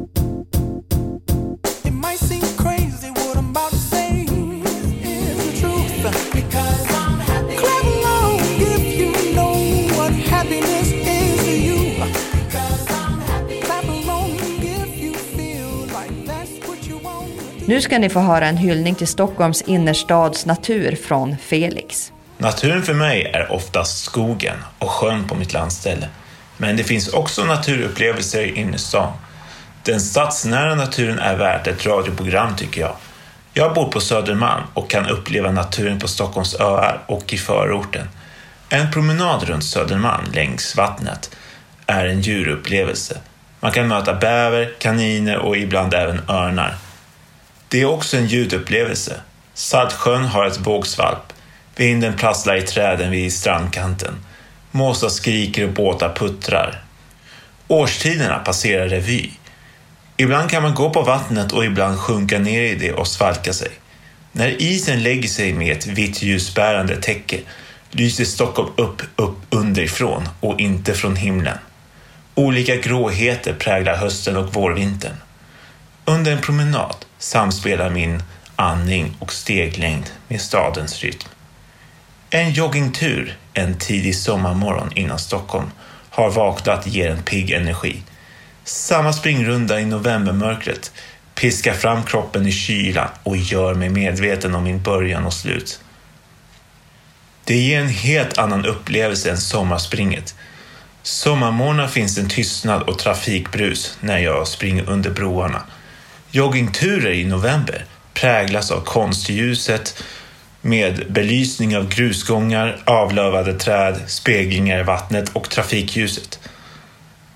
Nu ska ni få höra en hyllning till Stockholms innerstads natur från Felix. Naturen för mig är oftast skogen och sjön på mitt landställe. Men det finns också naturupplevelser i innerstan. Den stadsnära naturen är värt ett radioprogram tycker jag. Jag bor på Södermalm och kan uppleva naturen på Stockholms öar och i förorten. En promenad runt Södermalm längs vattnet är en djurupplevelse. Man kan möta bäver, kaniner och ibland även örnar. Det är också en ljudupplevelse. Saltsjön har ett vågsvalp. Vinden prasslar i träden vid strandkanten. Måsar skriker och båtar puttrar. Årstiderna passerar revy. Ibland kan man gå på vattnet och ibland sjunka ner i det och svalka sig. När isen lägger sig med ett vitt ljusbärande täcke lyser Stockholm upp, upp underifrån och inte från himlen. Olika gråheter präglar hösten och vårvintern. Under en promenad samspelar min andning och steglängd med stadens rytm. En joggingtur en tidig sommarmorgon innan Stockholm har vaknat ger en pigg energi. Samma springrunda i novembermörkret piskar fram kroppen i kyla och gör mig medveten om min början och slut. Det ger en helt annan upplevelse än sommarspringet. Sommarmorgnar finns en tystnad och trafikbrus när jag springer under broarna. Joggingturer i november präglas av konstljuset med belysning av grusgångar, avlövade träd, speglingar i vattnet och trafikljuset.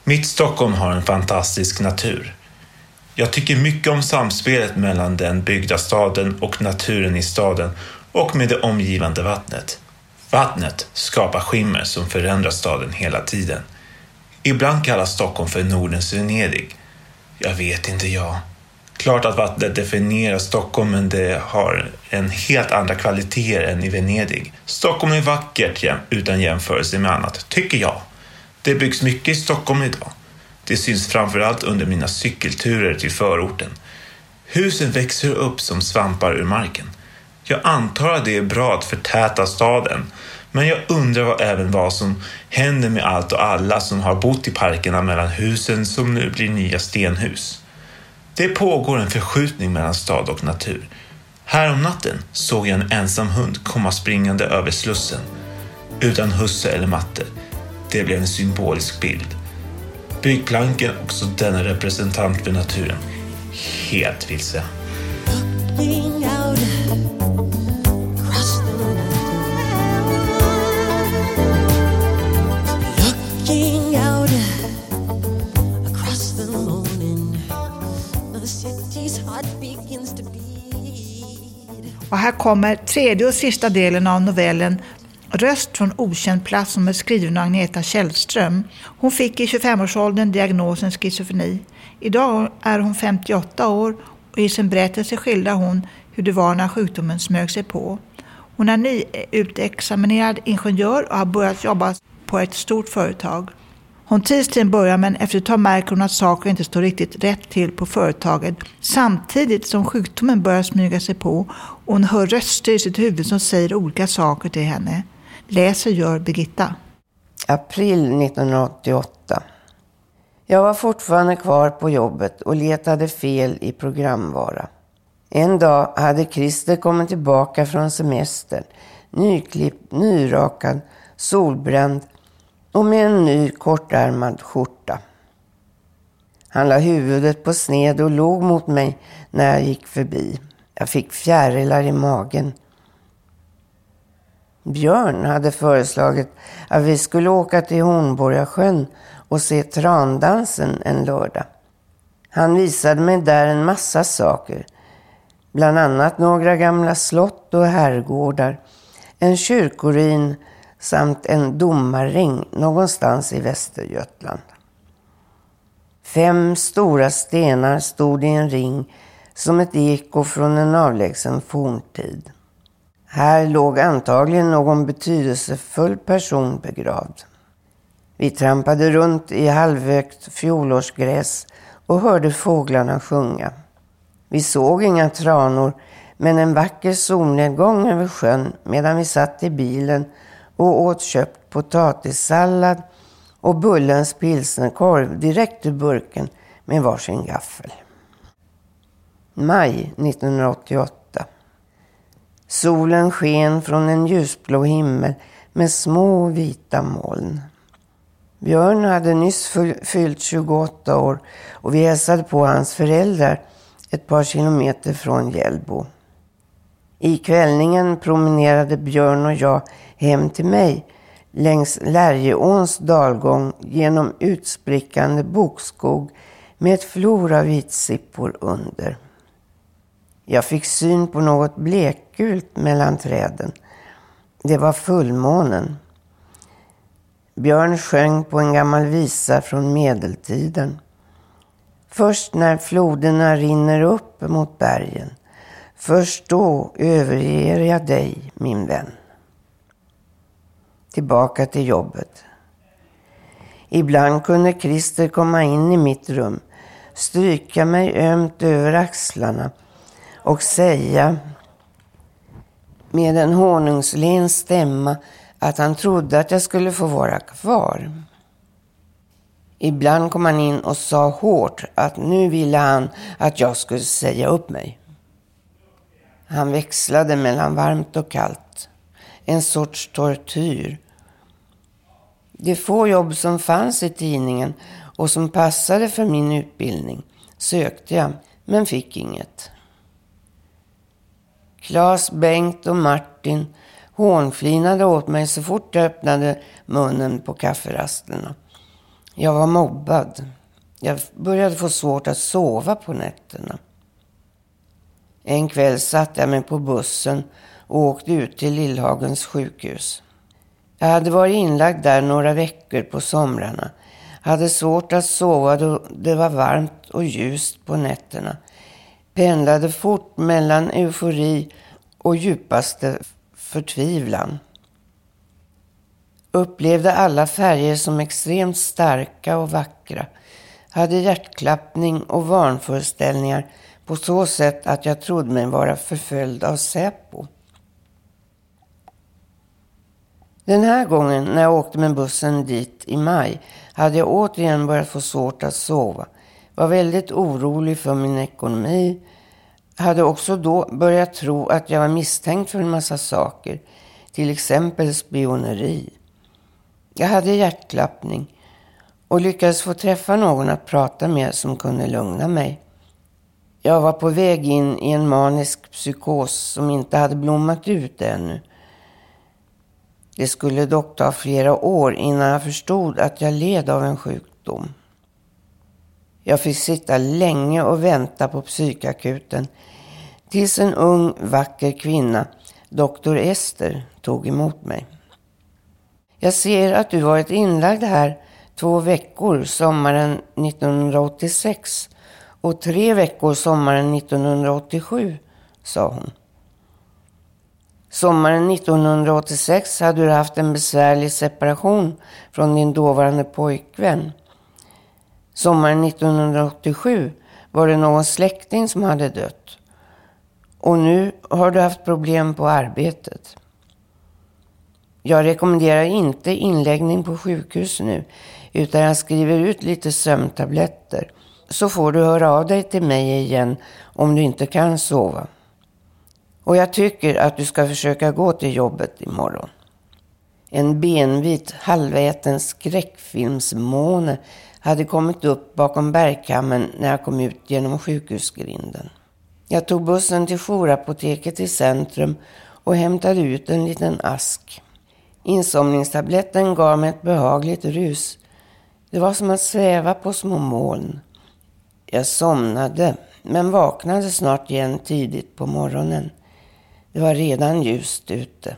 Mitt Stockholm har en fantastisk natur. Jag tycker mycket om samspelet mellan den byggda staden och naturen i staden och med det omgivande vattnet. Vattnet skapar skimmer som förändrar staden hela tiden. Ibland kallas Stockholm för Nordens Venedig. Jag vet inte jag. Klart att vattnet definierar Stockholm, men det har en helt andra kvaliteter än i Venedig. Stockholm är vackert utan jämförelse med annat, tycker jag. Det byggs mycket i Stockholm idag. Det syns framförallt under mina cykelturer till förorten. Husen växer upp som svampar ur marken. Jag antar att det är bra att förtäta staden, men jag undrar även vad som händer med allt och alla som har bott i parkerna mellan husen som nu blir nya stenhus. Det pågår en förskjutning mellan stad och natur. Här om natten såg jag en ensam hund komma springande över slussen. Utan husse eller matte. Det blev en symbolisk bild. Byggplanken också denna representant för naturen. Helt vilse. Och här kommer tredje och sista delen av novellen Röst från okänd plats, som är skriven av Agneta Källström. Hon fick i tjugofemårsåldern diagnosen schizofreni. Idag är hon femtioåtta år och i sin berättelse skildrar hon hur det var när sjukdomen smög sig på. Hon är nyutexaminerad ingenjör och har börjat jobba på ett stort företag. Hon trivs till en början, men efter ett tag märker hon att saker inte står riktigt rätt till på företaget. Samtidigt som sjukdomen börjar smyga sig på och hon hör röster i sitt huvud som säger olika saker till henne. Läser gör Birgitta. April nittonhundraåttioåtta. Jag var fortfarande kvar på jobbet och letade fel i programvara. En dag hade Christer kommit tillbaka från semestern, nyklippt, nyrakad, solbränd och med en ny kortärmad skjorta. Han la huvudet på sned och låg mot mig när jag gick förbi. Jag fick fjärilar i magen. Björn hade föreslagit att vi skulle åka till Hornborgasjön och se trandansen en lördag. Han visade mig där en massa saker. Bland annat några gamla slott och herrgårdar, en kyrkoruin samt en domarring någonstans i Västergötland. Fem stora stenar stod i en ring som ett eko från en avlägsen forntid. Här låg antagligen någon betydelsefull person begravd. Vi trampade runt i halvökt fjolårsgräs och hörde fåglarna sjunga. Vi såg inga tranor, men en vacker solnedgång över sjön medan vi satt i bilen och åt köpt potatissallad och Bullens pilsnerkorv direkt ur burken med varsin gaffel. Maj nittonhundraåttioåtta. Solen sken från en ljusblå himmel med små vita moln. Björn hade nyss fyllt tjugoåtta år och vi hälsade på hans föräldrar ett par kilometer från Hjällbo. I kvällningen promenerade Björn och jag hem till mig längs Lärjeåns dalgång genom utsprickande bokskog med ett flor av vitsippor under. Jag fick syn på något blekgult mellan träden. Det var fullmånen. Björn sjöng på en gammal visa från medeltiden. Först när floderna rinner upp mot bergen, först då överger jag dig, min vän. Tillbaka till jobbet. Ibland kunde Christer komma in i mitt rum, stryka mig ömt över axlarna och säga med en honungslen stämma att han trodde att jag skulle få vara kvar. Ibland kom han in och sa hårt att nu ville han att jag skulle säga upp mig. Han växlade mellan varmt och kallt. En sorts tortyr. De få jobb som fanns i tidningen och som passade för min utbildning sökte jag, men fick inget. Claes, Bengt och Martin hånflinade åt mig så fort jag öppnade munnen på kafferasterna. Jag var mobbad. Jag började få svårt att sova på nätterna. En kväll satte jag mig på bussen och åkte ut till Lillhagens sjukhus. Jag hade varit inlagd där några veckor på somrarna. Hade svårt att sova då det var varmt och ljust på nätterna. Pendlade fort mellan eufori och djupaste förtvivlan. Upplevde alla färger som extremt starka och vackra. Hade hjärtklappning och vanföreställningar på så sätt att jag trodde mig vara förföljd av Säpo. Den här gången när jag åkte med bussen dit i maj hade jag återigen börjat få svårt att sova. Var väldigt orolig för min ekonomi. Hade också då börjat tro att jag var misstänkt för en massa saker. Till exempel spioneri. Jag hade hjärtklappning och lyckades få träffa någon att prata med som kunde lugna mig. Jag var på väg in i en manisk psykos som inte hade blommat ut ännu. Det skulle dock ta flera år innan jag förstod att jag led av en sjukdom. Jag fick sitta länge och vänta på psykakuten tills en ung, vacker kvinna, doktor Ester, tog emot mig. Jag ser att du varit inlagd här två veckor sommaren nittonhundraåttiosex och tre veckor sommaren nittonhundraåttiosju, sa hon. Sommaren nittonhundraåttiosex hade du haft en besvärlig separation från din dåvarande pojkvän. Sommaren nittonhundraåttiosju var det någon släkting som hade dött. Och nu har du haft problem på arbetet. Jag rekommenderar inte inläggning på sjukhus nu, utan jag skriver ut lite sömntabletter. Så får du höra av dig till mig igen om du inte kan sova. Och jag tycker att du ska försöka gå till jobbet imorgon. En benvit, halväten skräckfilmsmåne hade kommit upp bakom bergkammen när jag kom ut genom sjukhusgrinden. Jag tog bussen till jourapoteket i centrum och hämtade ut en liten ask. Insomningstabletten gav mig ett behagligt rus. Det var som att sväva på små moln. Jag somnade, men vaknade snart igen tidigt på morgonen. Det var redan ljust ute.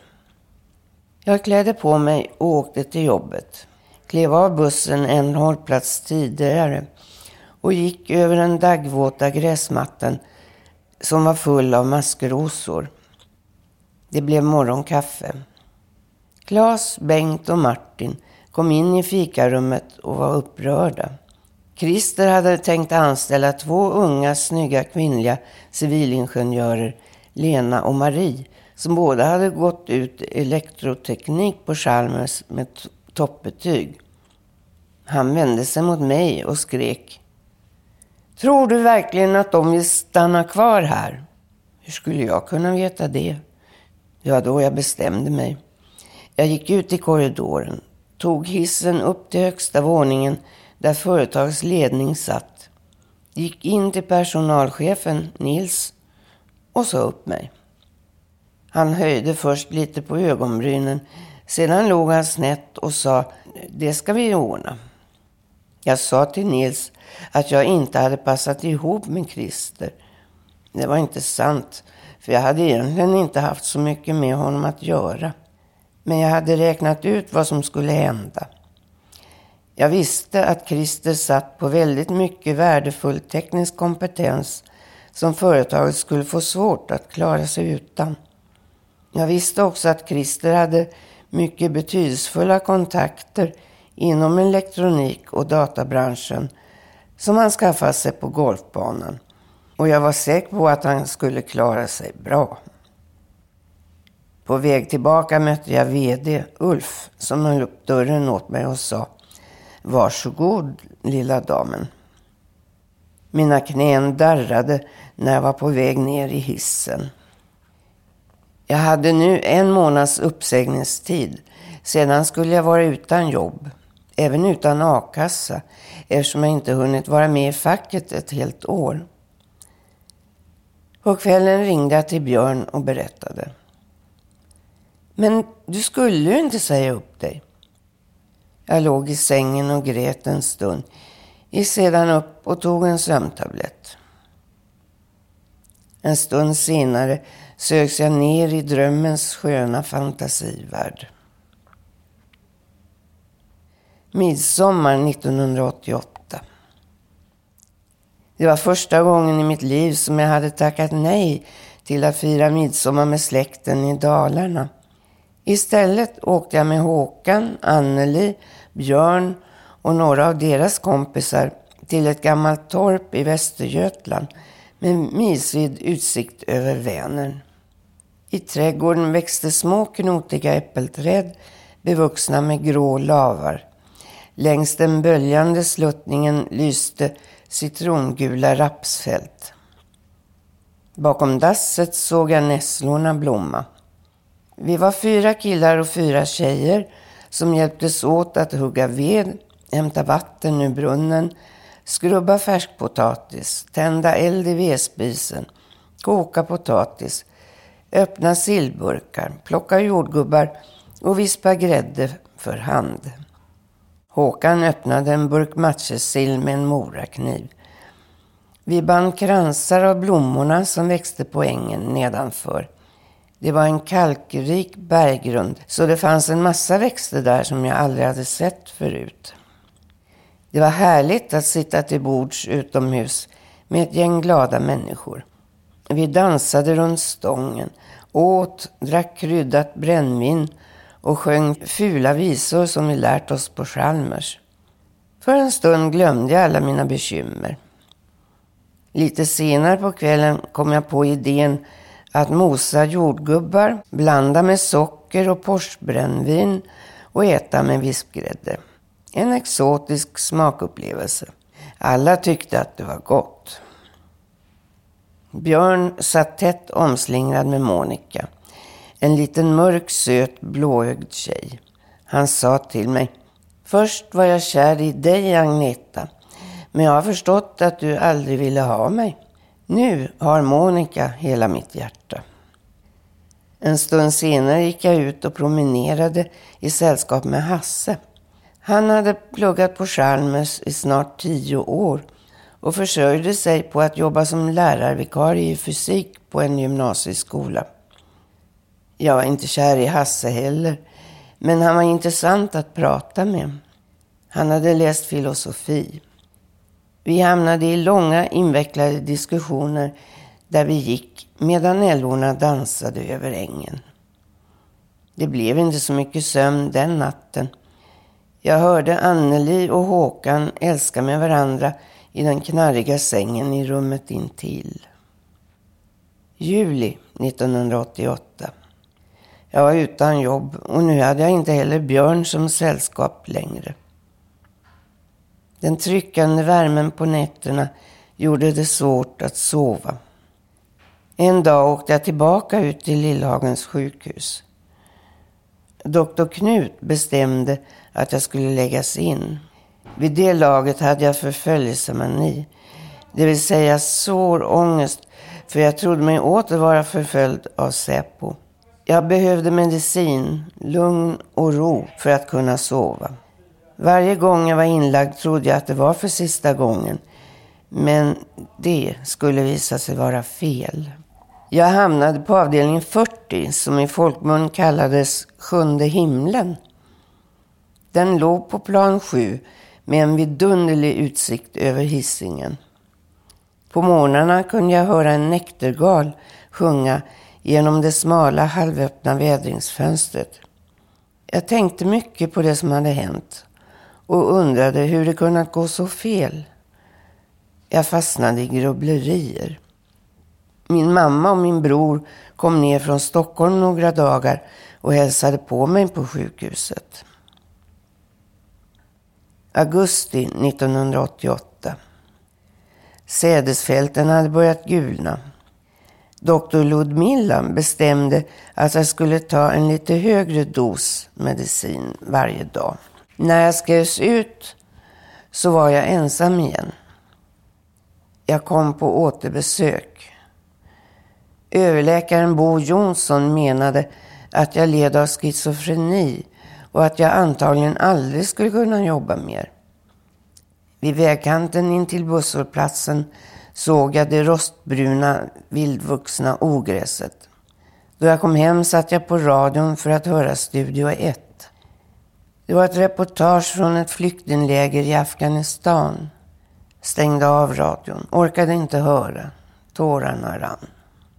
Jag klädde på mig och åkte till jobbet. Klev av bussen en hållplats tidigare och gick över den daggvåta gräsmattan som var full av maskrosor. Det blev morgonkaffe. Claes, Bengt och Martin kom in i fikarummet och var upprörda. Christer hade tänkt anställa två unga, snygga kvinnliga civilingenjörer, Lena och Marie, som båda hade gått ut elektroteknik på Chalmers med t- toppbetyg. Han vände sig mot mig och skrek: "Tror du verkligen att de vill stanna kvar här?" Hur skulle jag kunna veta det? Ja, då jag bestämde mig. Jag gick ut i korridoren, tog hissen upp till högsta våningen där företagets ledning satt. Gick in till personalchefen Nils och sa upp mig. Han höjde först lite på ögonbrynen, sedan låg han snett och sa: "Det ska vi ordna." Jag sa till Nils att jag inte hade passat ihop med Christer. Det var inte sant, för jag hade egentligen inte haft så mycket med honom att göra. Men jag hade räknat ut vad som skulle hända. Jag visste att Christer satt på väldigt mycket värdefull teknisk kompetens som företaget skulle få svårt att klara sig utan. Jag visste också att Christer hade mycket betydelsefulla kontakter inom elektronik- och databranschen som han skaffade sig på golfbanan. Och jag var säker på att han skulle klara sig bra. På väg tillbaka mötte jag vd Ulf som höll upp dörren åt mig och sa: "Varsågod, lilla damen." Mina knän darrade när jag var på väg ner i hissen. Jag hade nu en månads uppsägningstid. Sedan skulle jag vara utan jobb, även utan a-kassa, eftersom jag inte hunnit vara med i facket ett helt år. På kvällen ringde jag till Björn och berättade. "Men du skulle ju inte säga upp dig." Jag låg i sängen och grät en stund. Gick sedan upp och tog en sömntablett. En stund senare sögs jag ner i drömmens sköna fantasivärld. Midsommar nittonhundraåttioåtta. Det var första gången i mitt liv som jag hade tackat nej till att fira midsommar med släkten i Dalarna. Istället åkte jag med Håkan, Anneli, Björn och några av deras kompisar till ett gammalt torp i Västergötland med milsvid utsikt över Vänern. I trädgården växte små knotiga äppelträd bevuxna med grå lavar. Längs den böljande sluttningen lyste citrongula rapsfält. Bakom dasset såg jag nässlorna blomma. Vi var fyra killar och fyra tjejer som hjälptes åt att hugga ved, hämta vatten ur brunnen, skrubba färskpotatis, tända eld i vedspisen, koka potatis, öppna sillburkar, plocka jordgubbar och vispa grädde för hand. Håkan öppnade en burk matjessill med en morakniv. Vi band kransar av blommorna som växte på ängen nedanför. Det var en kalkrik berggrund, så det fanns en massa växter där som jag aldrig hade sett förut. Det var härligt att sitta till bords utomhus med ett gäng glada människor. Vi dansade runt stången, åt, drack kryddat brännvin och sjöng fula visor som vi lärt oss på Chalmers. För en stund glömde jag alla mina bekymmer. Lite senare på kvällen kom jag på idén att mosa jordgubbar, blanda med socker och porsbrännvin och äta med vispgrädde. En exotisk smakupplevelse. Alla tyckte att det var gott. Björn satt tätt omslingrad med Monica. En liten mörk, söt, blåögd tjej. Han sa till mig: först var jag kär i dig, Agneta. Men jag har förstått att du aldrig ville ha mig. Nu har Monica hela mitt hjärta. En stund senare gick jag ut och promenerade i sällskap med Hasse. Han hade pluggat på Chalmers i snart tio år och försörjde sig på att jobba som lärarvikarie i fysik på en gymnasieskola. Jag var inte kär i Hasse heller, men han var intressant att prata med. Han hade läst filosofi. Vi hamnade i långa invecklade diskussioner där vi gick medan älvorna dansade över ängen. Det blev inte så mycket sömn den natten. Jag hörde Anneli och Håkan älska med varandra i den knarriga sängen i rummet intill. Juli nittonhundraåttioåtta. Jag var utan jobb och nu hade jag inte heller Björn som sällskap längre. Den tryckande värmen på nätterna gjorde det svårt att sova. En dag åkte jag tillbaka ut till Lillhagens sjukhus. Doktor Knut bestämde att jag skulle läggas in. Vid det laget hade jag förföljelsemani, det vill säga svår ångest, för jag trodde mig åter vara förföljd av Säpo. Jag behövde medicin, lugn och ro för att kunna sova. Varje gång jag var inlagd trodde jag att det var för sista gången, men det skulle visa sig vara fel. Jag hamnade på avdelning fyrtio som i folkmun kallades sjunde himlen. Den låg på plan sju med en vidunderlig utsikt över Hisingen. På morgnarna kunde jag höra en näktergal sjunga genom det smala halvöppna vädringsfönstret. Jag tänkte mycket på det som hade hänt och undrade hur det kunnat gå så fel. Jag fastnade i grubblerier. Min mamma och min bror kom ner från Stockholm några dagar och hälsade på mig på sjukhuset. Augusti nittonhundraåttioåtta. Sädesfälten hade börjat gulna. Doktor Ludmilla bestämde att jag skulle ta en lite högre dos medicin varje dag. När jag skrevs ut så var jag ensam igen. Jag kom på återbesök. Överläkaren Bo Jonsson menade att jag led av schizofreni och att jag antagligen aldrig skulle kunna jobba mer. Vid vägkanten in till busshållplatsen såg jag det rostbruna vildvuxna ogräset. Då jag kom hem satt jag på radion för att höra Studio ett. Det var ett reportage från ett flyktingläger i Afghanistan. Stängde av radion, orkade inte höra. Tårarna rann.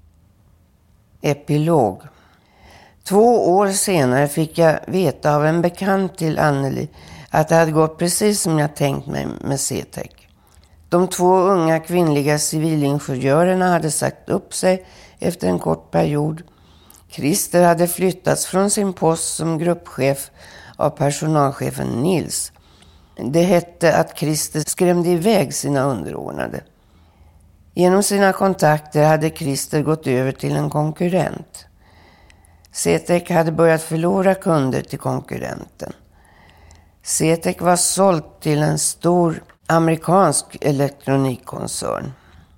Epilog. Två år senare fick jag veta av en bekant till Anneli att det hade gått precis som jag tänkt mig med C-Tech. De två unga kvinnliga civilingenjörerna hade sagt upp sig efter en kort period. Christer hade flyttats från sin post som gruppchef av personalchefen Nils. Det hette att Christer skrämde iväg sina underordnade. Genom sina kontakter hade Christer gått över till en konkurrent. C-Tech hade börjat förlora kunder till konkurrenten. C-Tech var sålt till en stor amerikansk elektronikkoncern.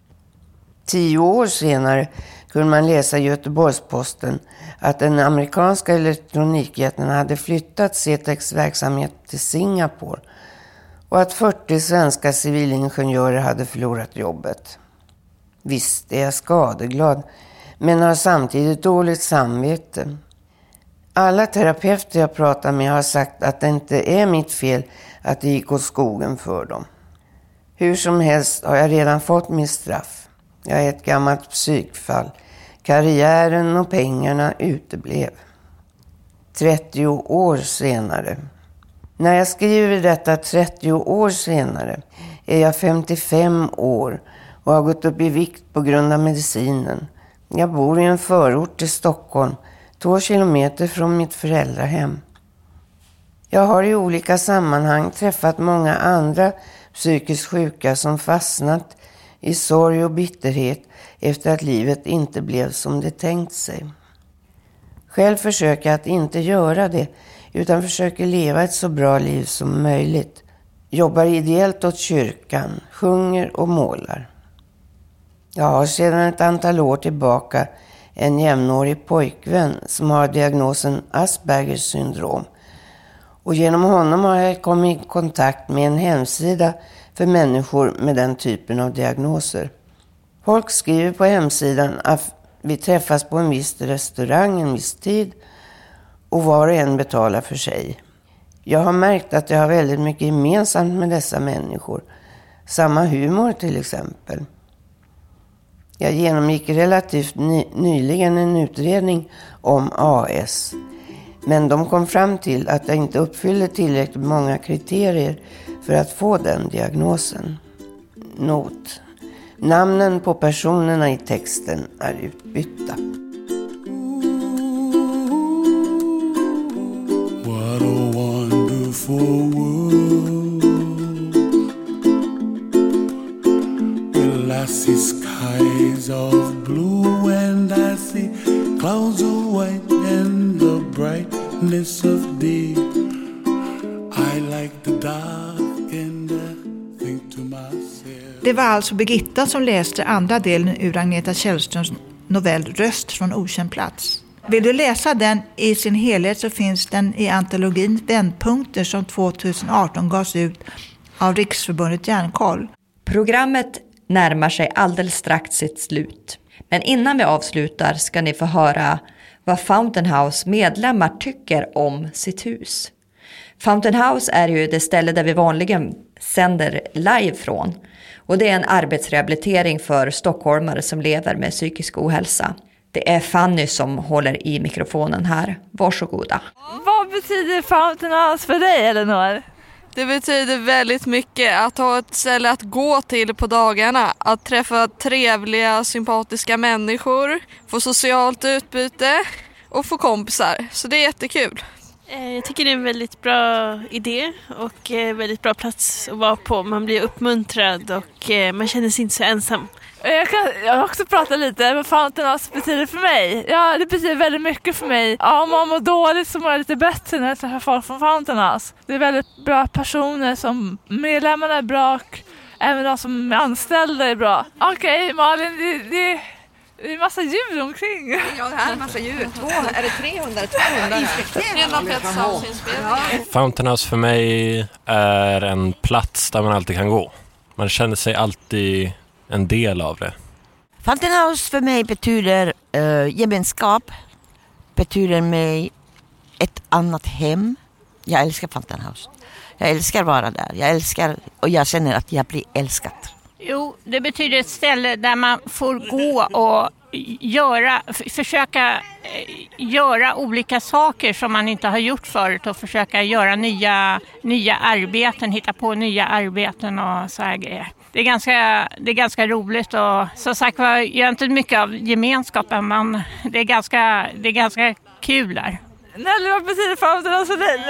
Tio år senare kunde man läsa i Göteborgs-Posten att den amerikanska elektronikjätten hade flyttat C-Techs verksamhet till Singapore och att fyrtio svenska civilingenjörer hade förlorat jobbet. Visst är jag skadeglad, men har samtidigt dåligt samvete. Alla terapeuter jag pratar med har sagt att det inte är mitt fel att det gick åt skogen för dem. Hur som helst har jag redan fått min straff. Jag är ett gammalt psykfall. Karriären och pengarna uteblev. trettio år senare. När jag skriver detta trettio år senare är jag femtiofem år och har gått upp i vikt på grund av medicinen. Jag bor i en förort till Stockholm, två kilometer från mitt föräldrahem. Jag har i olika sammanhang träffat många andra psykiskt sjuka som fastnat i sorg och bitterhet efter att livet inte blev som det tänkt sig. Själv försöker jag att inte göra det, utan försöker leva ett så bra liv som möjligt. Jobbar ideellt åt kyrkan, sjunger och målar. Jag har sedan ett antal år tillbaka en jämnårig pojkvän som har diagnosen Aspergers syndrom. Och genom honom har jag kommit i kontakt med en hemsida för människor med den typen av diagnoser. Folk skriver på hemsidan att vi träffas på en viss restaurang en viss tid och var och en betalar för sig. Jag har märkt att jag har väldigt mycket gemensamt med dessa människor. Samma humor till exempel. Jag genomgick relativt ny- nyligen en utredning om A S. Men de kom fram till att jag inte uppfyller tillräckligt många kriterier för att få den diagnosen. Not. Namnen på personerna i texten är utbytta. What a wonderful world. Well, I see skies of blue and I see clouds of white and the brightness of day. I like the dark and I think to myself. Det var alltså Birgitta som läste andra delen ur Agneta Källströms novell Röst från okänd plats. Vill du läsa den i sin helhet så finns den i antologin Vändpunkter som tjugoarton gavs ut av Riksförbundet Hjärnkoll. Programmet närmar sig alldeles strax sitt slut. Men innan vi avslutar ska ni få höra vad Fountain House medlemmar tycker om sitt hus. Fountain House är ju det ställe där vi vanligen sänder live från. Och det är en arbetsrehabilitering för stockholmare som lever med psykisk ohälsa. Det är Fanny som håller i mikrofonen här. Varsågoda. Vad betyder Fountain House för dig, Elinor? Det betyder väldigt mycket att ha ett ställe att gå till på dagarna. Att träffa trevliga, sympatiska människor. Få socialt utbyte och få kompisar. Så det är jättekul. Jag tycker det är en väldigt bra idé och väldigt bra plats att vara på. Man blir uppmuntrad och man känner sig inte så ensam. Jag kan jag också prata lite vad Fountain House betyder för mig. Ja, det betyder väldigt mycket för mig. Ja, om man mår dåligt så mår jag lite bättre när jag träffar folk från Fountain House. Det är väldigt bra personer, som medlemmarna är bra och även de som är anställda är bra. Okej, okay, Malin, det, det, Det är massa djur omkring. Ja, det här är massa djur. Två, är det trehundra? tvåhundra? Genom Pet Sounds-inspelningar. Fountain House för mig är en plats där man alltid kan gå. Man känner sig alltid en del av det. Fountain House för mig betyder uh, gemenskap. Betyder mig ett annat hem. Jag älskar Fountain House. Jag älskar att vara där. Jag älskar och jag känner att jag blir älskad. Jo, det betyder ett ställe där man får gå och göra, f- försöka eh, göra olika saker som man inte har gjort förut och försöka göra nya, nya arbeten, hitta på nya arbeten och så här grejer. Det är ganska, det är ganska roligt och som sagt var, jag gör inte mycket av gemenskapen, men det är ganska, det är ganska kul där. Nelly, vad betyder Fountain House för dig?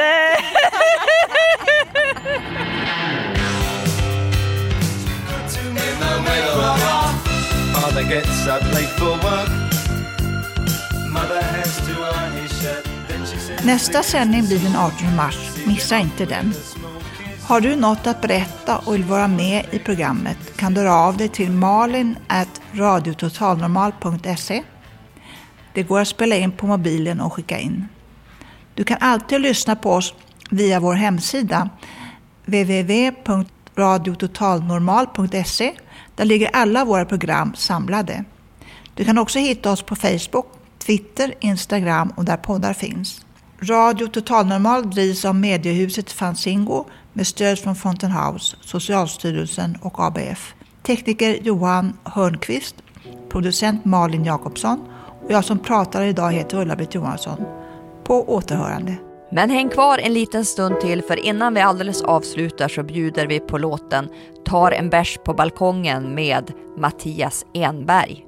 Father gets up late for work. Mother has to iron his shirt. Then she says, Nästa sändning blir den artonde mars. Missa inte den. Har du något att berätta och vill vara med i programmet kan du höra av dig till malin at radiototalnormal punkt se. Det går att spela in på mobilen och skicka in. Du kan alltid lyssna på oss via vår hemsida w w w punkt radiototalnormal punkt se. Där ligger alla våra program samlade. Du kan också hitta oss på Facebook, Twitter, Instagram och där poddar finns. Radio Totalnormal drivs av mediehuset Fanzingo med stöd från Fountain House, Socialstyrelsen och A B F. Tekniker Johan Hörnqvist, producent Malin Jakobsson och jag som pratar idag heter Ulla-Britt Johansson. På återhörande. Men häng kvar en liten stund till, för innan vi alldeles avslutar så bjuder vi på låten Tar en bärs på balkongen med Mattias Enberg.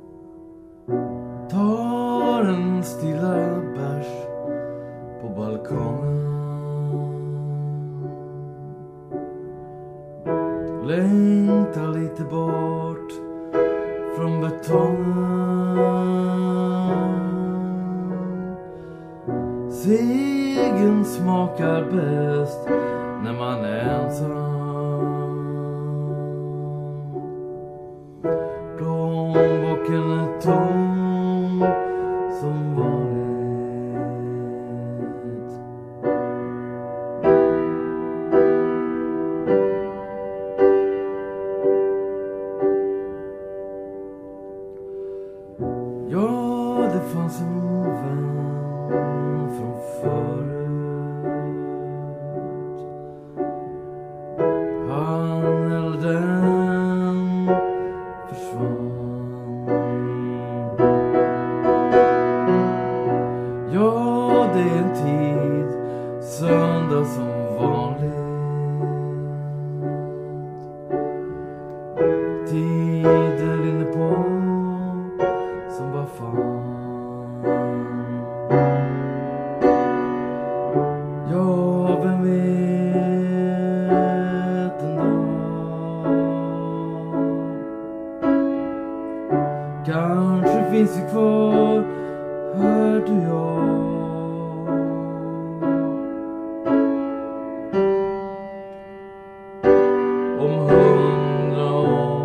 tar en stilla bärs på balkongen. Längtar lite bort från betongen. Segen smakar bäst när man är ensam. Plånboken är tom som vanligt. Ja, det fanns en vän från förut. Han eller den försvann. Ja, det är en tid, söndag som vanligt. Tiden rinner på som bara fan. Ja, vem vet en dag. Kanske finns vi kvar, här du och jag. Om hundra år.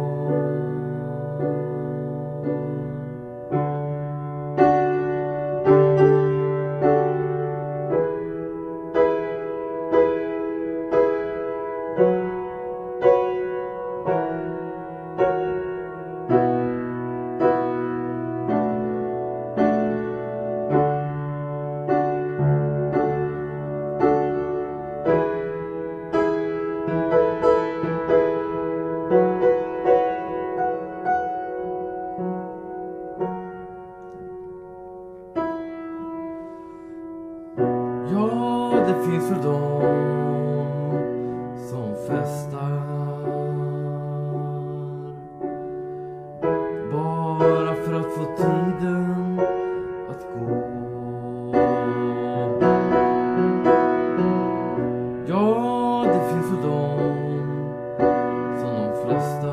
Ja, det finns för dem som festar bara för att få tiden att gå. Ja, det finns för dem som de flesta